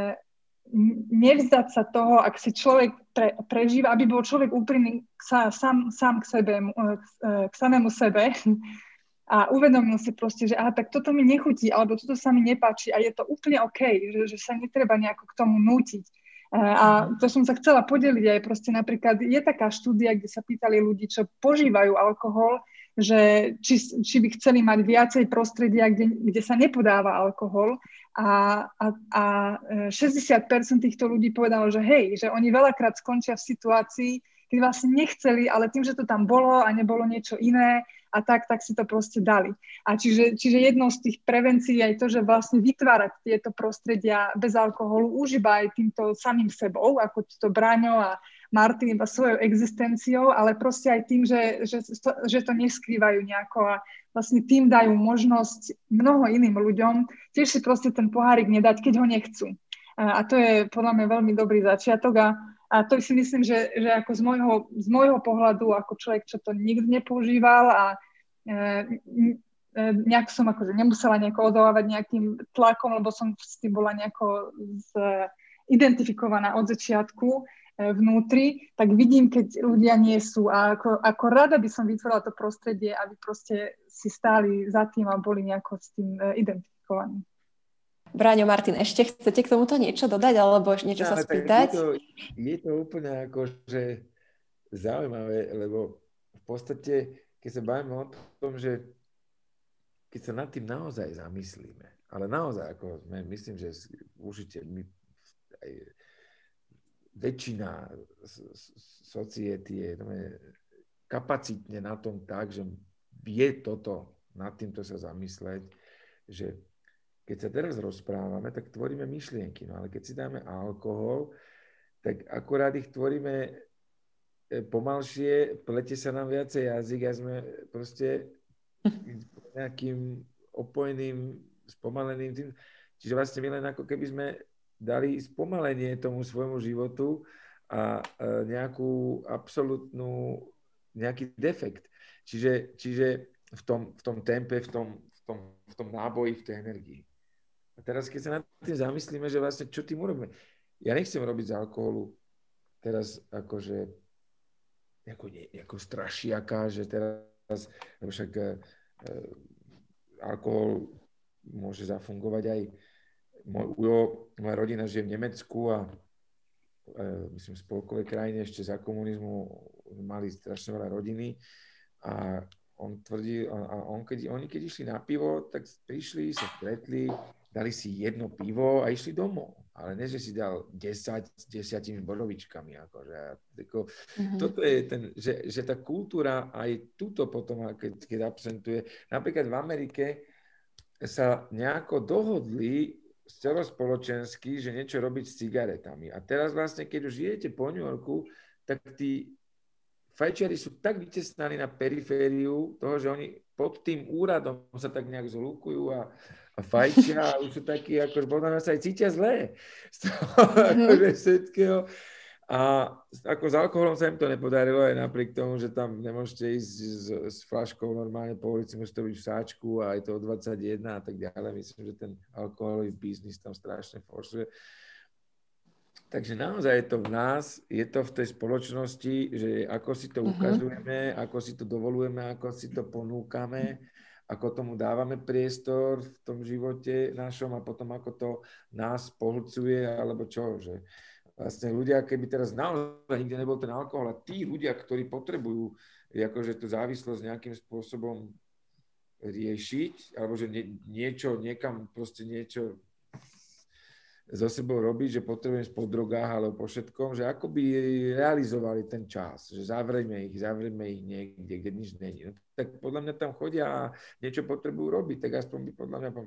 nevzdať sa toho, ak si človek pre, prežíva, aby bol človek úprimný sa, sám, sám k sebe, k samému sebe a uvedomil si proste, že aha, tak toto mi nechutí, alebo toto sa mi nepáči a je to úplne OK, že, že sa netreba nejako k tomu nútiť. A to som sa chcela podeliť aj proste napríklad, je taká štúdia, kde sa pýtali ľudí, čo požívajú alkohol, že či, či by chceli mať viacej prostredia, kde, kde sa nepodáva alkohol a, a, a šesťdesiat percent týchto ľudí povedalo, že hej, že oni veľakrát skončia v situácii, keď vlastne nechceli, ale tým, že to tam bolo a nebolo niečo iné a tak, tak si to proste dali. A čiže, čiže jednou z tých prevencií je to, že vlastne vytvárať tieto prostredia bez alkoholu už iba aj týmto samým sebou, ako to Braňo a Martin iba svojou existenciou, ale proste aj tým, že, že, to, že to neskrývajú nejako a vlastne tým dajú možnosť mnoho iným ľuďom tiež si proste ten pohárik nedať, keď ho nechcú. A to je podľa mňa veľmi dobrý začiatok a, a to si myslím, že, že ako z môjho, z môjho pohľadu ako človek, čo to nikdy nepoužíval a e, e, nejak som akože nemusela nejako odolávať nejakým tlakom, lebo som s tým bola nejako z, identifikovaná od začiatku vnútri, tak vidím, keď ľudia nie sú a ako, ako rada by som vytvorila to prostredie, aby proste si stáli za tým a boli nejako s tým identifikovaní. Bráňo, Martin, ešte chcete k tomuto niečo dodať alebo niečo no, sa spýtať? Je to, je to úplne ako, že zaujímavé, lebo v podstate, keď sa bavíme o tom, že keď sa nad tým naozaj zamyslíme, ale naozaj, ako myslím, že určite my aj väčšina society je kapacitne na tom tak, že vie toto, nad týmto sa zamysleť, že keď sa teraz rozprávame, tak tvoríme myšlienky, no ale keď si dáme alkohol, tak akurát ich tvoríme pomalšie, plete sa nám viacej jazyk a sme proste nejakým opojeným, spomaleným tým. Čiže vlastne my len ako keby sme dali spomalenie tomu svojmu životu a nejakú absolútnu, nejaký defekt. Čiže, čiže v tom, v tom tempe, v tom, v tom, v tom náboji, v tej energii. A teraz, keď sa nad tým zamyslíme, že vlastne čo tým urobíme. Ja nechcem robiť z alkoholu teraz akože ako, nie, ako strašiaka, že teraz, lebo však e, alkohol môže zafungovať aj môj ujo, moja rodina žije v Nemecku a e, myslím v spolkovej krajine ešte za komunizmu mali strašne veľa rodiny a on tvrdí, a, a on, keď, oni keď išli na pivo, tak prišli, sa stretli, dali si jedno pivo a išli domov. Ale nie, že si dal desať s desiatimi borovičkami. Akože, tako, mm-hmm. Toto je ten, že, že tá kultúra aj túto potom, keď, keď absentuje. Napríklad v Amerike sa nejako dohodli celospoločensky, že niečo robiť s cigaretami. A teraz vlastne, keď už idete po New Yorku, tak tí fajčiari sú tak vytesnaní na perifériu toho, že oni pod tým úradom sa tak nejak zhlúkujú a, a fajčia a už sú takí, akože podľa mňa sa aj cítia zlé z toho, mm-hmm. akože všetkého. A ako s alkoholom sa im to nepodarilo, aj napriek tomu, že tam nemôžete ísť s, s fľaškou normálne po ulici, môžete byť v sáčku a je to o dvadsaťjeden a tak ďalej. Myslím, že ten alkoholový biznis tam strašne forsuje. Takže naozaj je to v nás, je to v tej spoločnosti, že ako si to ukazujeme, uh-huh. ako si to dovolujeme, ako si to ponúkame, ako tomu dávame priestor v tom živote našom a potom ako to nás pohlcuje, alebo čo, že vlastne ľudia, keby teraz naozaj nikde nebol ten alkohol a tí ľudia, ktorí potrebujú akože tú závislosť nejakým spôsobom riešiť, alebo že nie, niečo, niekam proste niečo so sebou robiť, že potrebujem po drogách alebo po všetkom, že ako by realizovali ten čas, že zavrieme ich, zavrieme ich niekde, kde nič není. No, tak podľa mňa tam chodia a niečo potrebujú robiť, tak aspoň by podľa mňa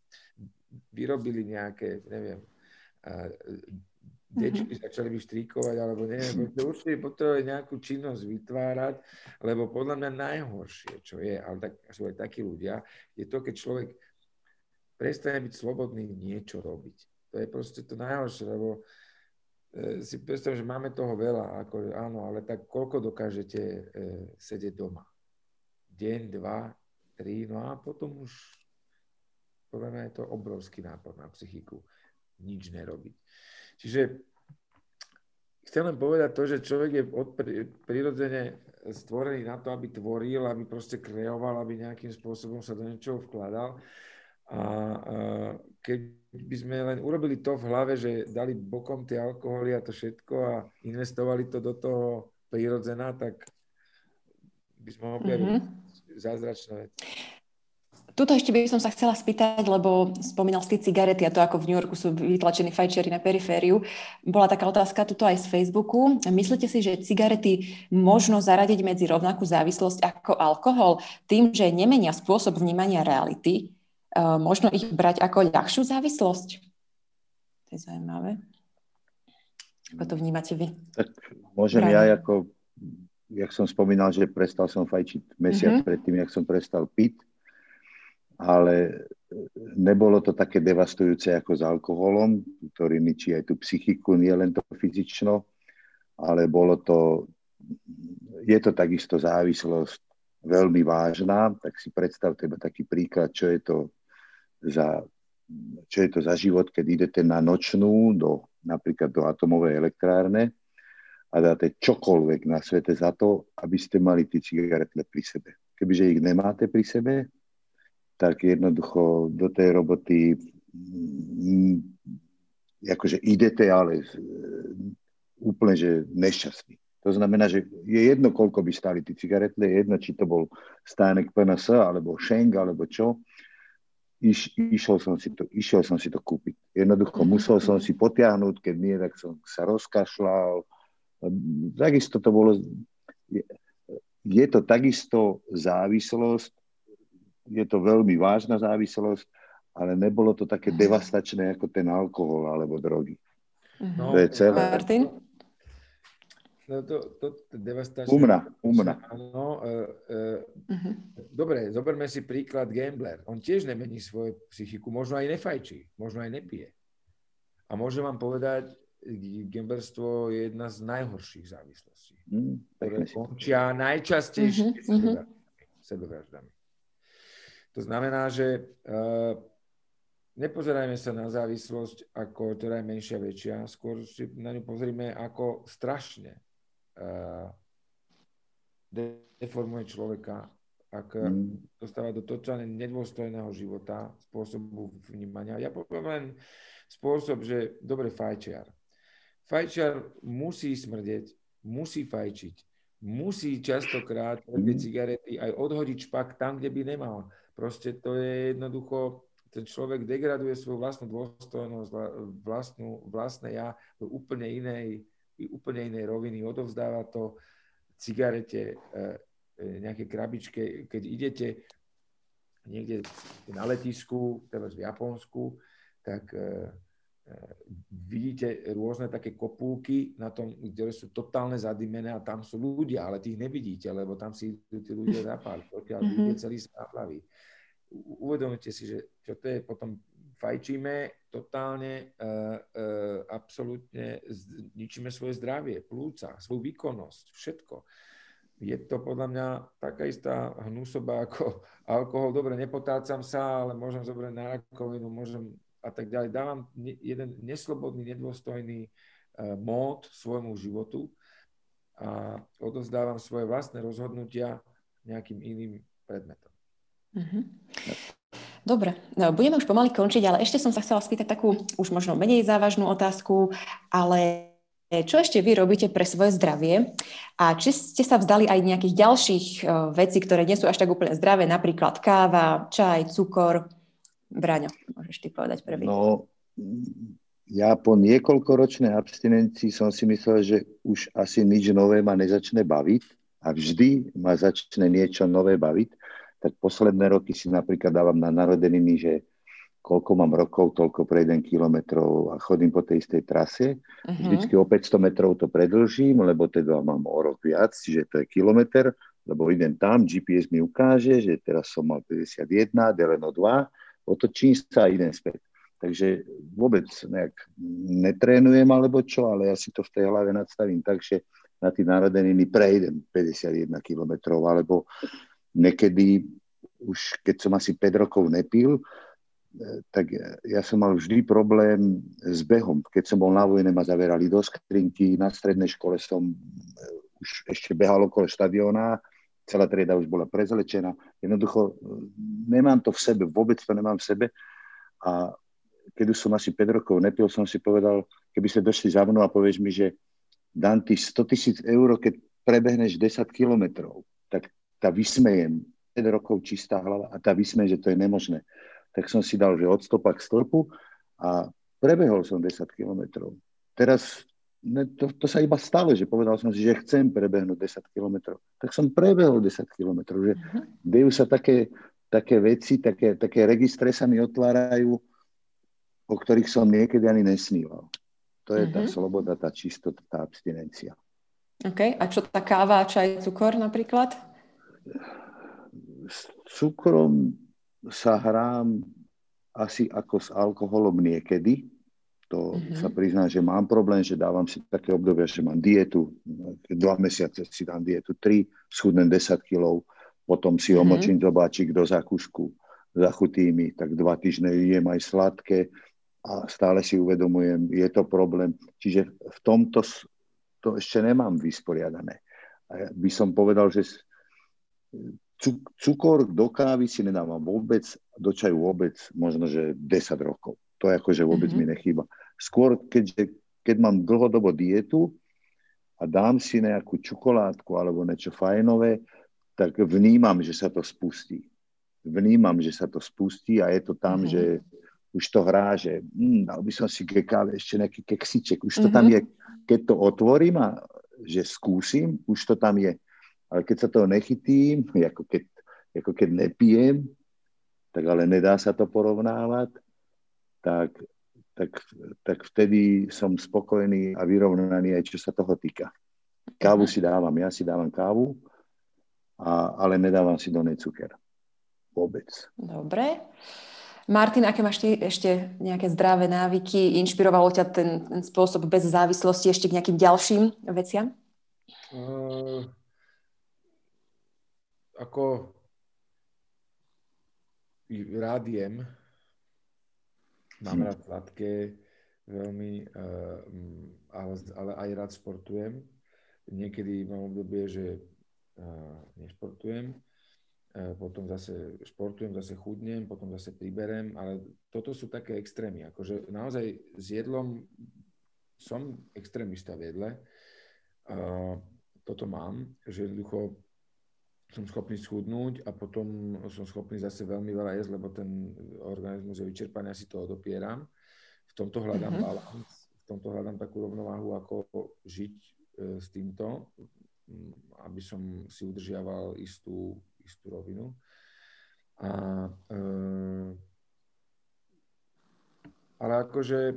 vyrobili nejaké, neviem, dečky, mm-hmm. začali by štríkovať, alebo neviem, určite potrebuje nejakú činnosť vytvárať, lebo podľa mňa najhoršie, čo je, ale tak, sú aj takí ľudia, je to, keď človek prestane byť slobodný niečo robiť. To je proste to najhoršie, lebo e, si predstavím, že máme toho veľa, ako, áno, ale tak koľko dokážete e, sedieť doma? Deň, dva, tri, no a potom už podľa mňa je to obrovský nápor na psychiku nič nerobiť. Čiže chcem len povedať to, že človek je od, prirodzene stvorený na to, aby tvoril, aby proste kreoval, aby nejakým spôsobom sa do niečoho vkladal. A, a keď by sme len urobili to v hlave, že dali bokom tie alkoholy a to všetko a investovali to do toho prírodzená, tak by sme objavili mm-hmm. zázračné veci. Tuto ešte by som sa chcela spýtať, lebo spomínal si cigarety a to, ako v New Yorku sú vytlačení fajčiari na perifériu. Bola taká otázka tuto aj z Facebooku. Myslíte si, že cigarety možno zaradiť medzi rovnakú závislosť ako alkohol tým, že nemenia spôsob vnímania reality? Uh, možno ich brať ako ľahšiu závislosť? To je zaujímavé. Ako to vnímate vy? Tak môžem Brani. Ja, ako, jak som spomínal, že prestal som fajčiť mesiac mm-hmm. predtým, jak som prestal piť, ale nebolo to také devastujúce ako s alkoholom, ktorý ničí aj tú psychiku, nie len to fyzično, ale bolo to, je to takisto závislosť veľmi vážna, tak si predstav teba taký príklad, čo je to za, čo je to za život, keď idete na nočnú do napríklad do atomovej elektrárne a dáte čokoľvek na svete za to, aby ste mali tie cigarety pri sebe. Kebyže ich nemáte pri sebe, tak jednoducho do tej roboty m, akože idete, ale úplne, že nešťastný. To znamená, že je jedno, koľko by stáli tie cigarety, je jedno, či to bol stánek pé en es, alebo Schenk, alebo čo. Iš, išiel, som si to, išiel som si to kúpiť. Jednoducho musel som si potiahnuť, keď nie, tak som sa rozkašľal. Takisto to bolo... Je, je to takisto závislosť, je to veľmi vážna závislosť, ale nebolo to také devastačné ako ten alkohol alebo drogy. No, to je celé. Martin? No to, to, to devastačné... Umna, umna. Áno, e, e, uh-huh. Dobre, zoberme si príklad gambler. On tiež nemení svoju psychiku, možno aj nefajčí, možno aj nepije. A môžem vám povedať, gamblerstvo je jedna z najhorších závislostí, mm, ktoré končia najčastejšie uh-huh. sebevraždami. To znamená, že uh, nepozerajme sa na závislosť ako ktorá je menšia, väčšia, skôr si na ňu pozrime ako strašne uh, deformuje človeka, ak mm. dostáva do totálne nedôstojného života, spôsobu vnímania. Ja poviem len spôsob, že dobre fajčiar. Fajčiar musí smrdeť, musí fajčiť, musí častokrát tie cigarety aj odhodiť špak tam, kde by nemal. Proste to je jednoducho, ten človek degraduje svoju vlastnú dôstojnosť, vlastnú, vlastné ja do úplne inej, úplne inej roviny, odovzdáva to cigarete, nejaké krabičke, keď idete niekde na letisku, teraz v Japonsku, tak vidíte rôzne také kopúlky na tom, ktoré sú totálne zadimené a tam sú ľudia, ale tých nevidíte, lebo tam si tí ľudia zapáli, pokiaľ mm-hmm. vidíte celý záplavy. Uvedomite si, že čo to je, potom fajčíme totálne, uh, uh, absolútne zničíme svoje zdravie, plúca, svoju výkonnosť, všetko. Je to podľa mňa taká istá hnusoba ako alkohol. Dobre, nepotácam sa, ale môžem zobrať na rakovinu, môžem a tak ďalej. Dávam jeden neslobodný, nedôstojný uh, mód svojmu životu a odovzdávam svoje vlastné rozhodnutia nejakým iným predmetom. Mm-hmm. Dobre, no, budeme už pomaly končiť, ale ešte som sa chcela spýtať takú už možno menej závažnú otázku, ale čo ešte vy robíte pre svoje zdravie a či ste sa vzdali aj nejakých ďalších uh, vecí, ktoré nie sú až tak úplne zdravé, napríklad káva, čaj, cukor. Braňo, môžeš ty povedať prvý. No, ja po niekoľkoročnej abstinencii som si myslel, že už asi nič nové ma nezačne baviť a vždy ma začne niečo nové baviť. Tak posledné roky si napríklad dávam na narodeniny, že koľko mám rokov, toľko prejdem kilometrov a chodím po tej istej trase. Uh-huh. Vždycky o päťsto metrov to predĺžím, lebo teda mám o rok viac, čiže to je kilometr, lebo idem tam, gé pé es mi ukáže, že teraz som mal päťdesiatjeden, deleno dva, otočím sa a idem späť. Takže vôbec nejak netrénujem alebo čo, ale ja si to v tej hlave nadstavím tak, že na tie narodeniny prejdem päťdesiatjeden kilometrov, alebo niekedy už keď som asi päť rokov nepil, tak ja som mal vždy problém s behom. Keď som bol na vojne, ma zaverali do skrinky, na strednej škole som už ešte behal okolo štadióna, celá trieda už bola prezlečená. Jednoducho nemám to v sebe, vôbec to nemám v sebe. A keď už som asi päť rokov nepil, som si povedal, keby ste došli za mnou a povieš mi, že dám ti sto tisíc eur, keď prebehneš desať kilometrov, tak tá vysmejem, päť rokov čistá hlava a tá vysmeje, že to je nemožné. Tak som si dal, že od stopa k stĺpu a prebehol som desať kilometrov. Teraz ne, to, to sa iba stalo, že povedal som si, že chcem prebehnúť desať kilometrov. Tak som prebehol desať kilometrov. Že uh-huh. dejú sa také, také veci, také, také registre sa mi otvárajú, o ktorých som niekedy ani nesníval. To je uh-huh. tá sloboda, tá čistota, tá abstinencia. OK. A čo tá káva, čaj, cukor napríklad? S cukrom sa hrám asi ako s alkoholom niekedy. To mm-hmm. sa priznám, že mám problém, že dávam si také obdobia, že mám dietu. Dva mesiace si dám dietu, tri, schudnem desať kilov, potom si mm-hmm. omočím zobáčik do zákusku, zachutí mi, tak dva týždne jem aj sladké. a stále si uvedomujem, je to problém. Čiže v tomto to ešte nemám vysporiadané. A ja by som povedal, že cukor do kávy si nedávam vôbec, do čaju vôbec, možno, že desať rokov. To je akože vôbec mm-hmm. mi nechýba. Skôr, keďže, keď mám dlhodobo dietu a dám si nejakú čokoládku alebo niečo fajnové, tak vnímam, že sa to spustí. Vnímam, že sa to spustí a je to tam, mm-hmm. že už to hrá, že mm, dal by som si ke káve ešte nejaký keksiček. Už to mm-hmm. tam je, keď to otvorím a že skúsim, už to tam je. Ale keď sa toho nechytím, ako keď, ako keď nepijem, tak ale nedá sa to porovnávať, tak, tak, tak vtedy som spokojný a vyrovnaný aj čo sa toho týka. Kávu si dávam, ja si dávam kávu, a, ale nedávam si do nej cuker. Vôbec. Dobre. Martin, aké máš ty ešte nejaké zdravé návyky? Inšpirovalo ťa ten, ten spôsob bez závislosti ešte k nejakým ďalším veciam? Uh, ako rád jem. Mám hm. rád sladké veľmi, uh, ale, ale aj rád športujem. Niekedy mám obdobie, že uh, nešportujem. Potom zase športujem, zase chudnem, potom zase priberem, ale toto sú také extrémy. Akože naozaj s jedlom som extrémista v jedle. Uh, toto mám, že jednoducho som schopný schudnúť a potom som schopný zase veľmi veľa jesť, lebo ten organizmus je vyčerpaný, ja si to odopieram. V tomto hľadám mm-hmm. balans, v tomto hľadám takú rovnováhu, ako žiť uh, s týmto, aby som si udržiaval istú istú rovinu. A, e, ale akože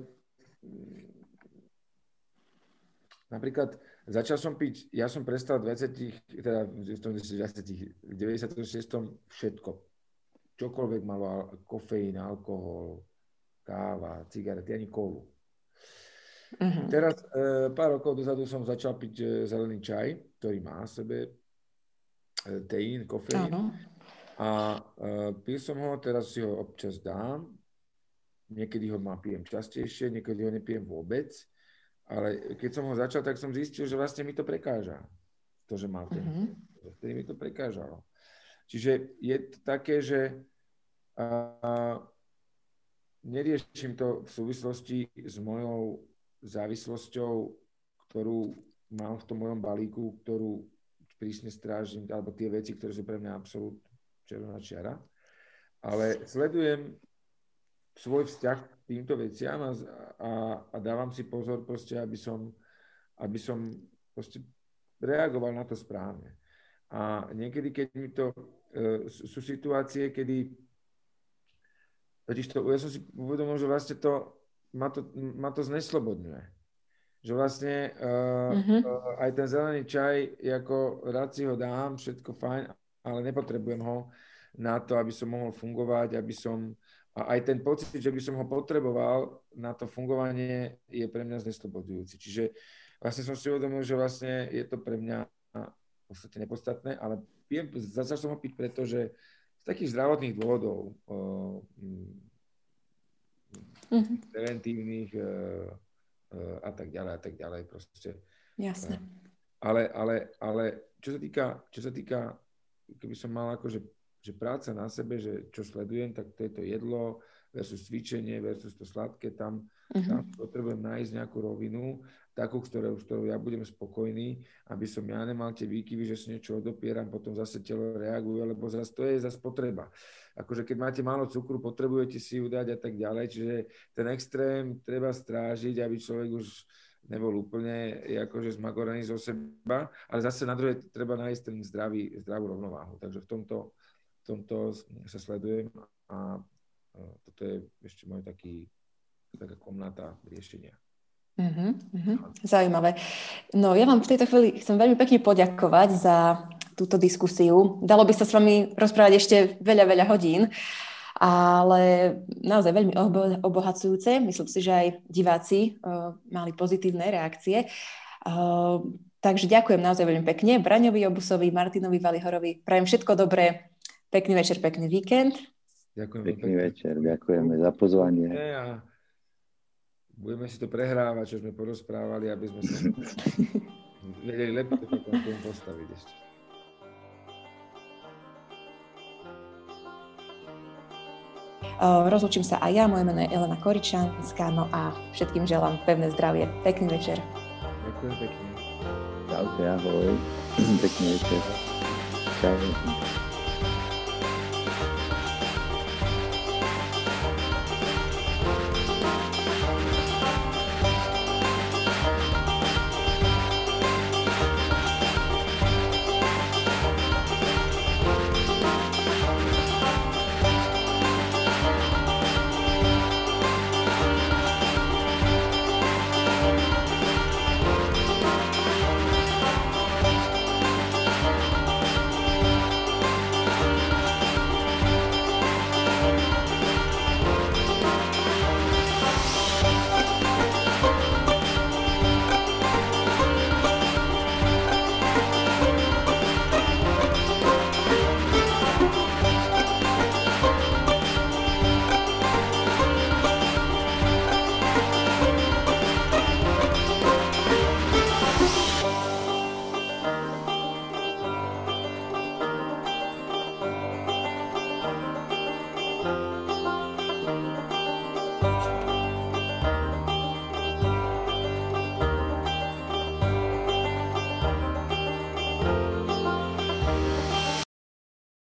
napríklad začal som piť, ja som prestal v dvadsiatich, teda v deväťdesiatom šiestom všetko. Čokoľvek malo kofeín, alkohol, káva, cigarety, ani kolu. Uh-huh. Teraz e, pár rokov dozadu som začal piť e, zelený čaj, ktorý má v sebe teín, kofeín. Áno. A uh, pil som ho, teraz si ho občas dám. Niekedy ho má pijem častejšie, niekedy ho nepijem vôbec. Ale keď som ho začal, tak som zistil, že vlastne mi to prekáža. To, že má ten. Uh-huh. Vtedy mi to prekážalo. Čiže je to také, že uh, neriešim to v súvislosti s mojou závislosťou, ktorú mám v tom mojom balíku, ktorú prísne strážim, alebo tie veci, ktoré sú pre mňa absolút červená čiara. Ale sledujem svoj vzťah k týmto veciam a, a, a dávam si pozor proste, aby som, aby som proste reagoval na to správne. A niekedy, keď mi to, e, sú situácie, kedy totiž to, ja som si uvedomil, že vlastne to ma to, ma to zneslobodňuje. Že vlastne uh, uh-huh. uh, aj ten zelený čaj, ako rád si ho dám, všetko fajn, ale nepotrebujem ho na to, aby som mohol fungovať, aby som... A aj ten pocit, že by som ho potreboval na to fungovanie, je pre mňa zneslobodzujúci. Čiže vlastne som si uvedomil, že vlastne je to pre mňa v podstate nepodstatné, ale pijem, začal som ho piť, pretože z takých zdravotných dôvodov, uh, uh-huh. preventívnych, uh, a tak ďalej, a tak ďalej proste. Jasne. Ale, ale, ale čo sa týka, čo sa týka, keby som mal akože, že práca na sebe, že čo sledujem, tak to je to jedlo versus cvičenie versus to sladké, tam, uh-huh. tam potrebujem nájsť nejakú rovinu, takú, ktorou, ktorou ja budem spokojný, aby som ja nemal tie výkyvy, že si niečo odopieram, potom zase telo reaguje, lebo zase to je zase potreba. Akože keď máte málo cukru, potrebujete si ju dať a tak ďalej, čiže ten extrém treba strážiť, aby človek už nebol úplne akože zmagorený zo seba, ale zase na druhé treba nájsť ten zdravý, zdravú rovnováhu. Takže v tomto, v tomto sa sledujem a toto je ešte môj taký, taká komnata riešenia. Uh-huh, uh-huh. Zaujímavé. No ja vám v tejto chvíli chcem veľmi pekne poďakovať za túto diskusiu. Dalo by sa s vami rozprávať ešte veľa, veľa hodín, ale naozaj veľmi obohacujúce. Myslím si, že aj diváci uh, mali pozitívne reakcie. Uh, takže ďakujem naozaj veľmi pekne Braňovi Obusovi, Martinovi Valihorovi. Prajem všetko dobré, pekný večer, pekný víkend. Ďakujem. Pekný večer, ďakujeme za pozvanie. A Budeme si to prehrávať, čo sme porozprávali, aby sme sa vedeli lepšie potom postaviť ešte. Rozlúčim sa aj ja, moje meno je Elena Koričanská, no a všetkým želám pevné zdravie. Pekný večer. Ďakujem pekne. Čaute, ahoj. Pekný večer. Čau.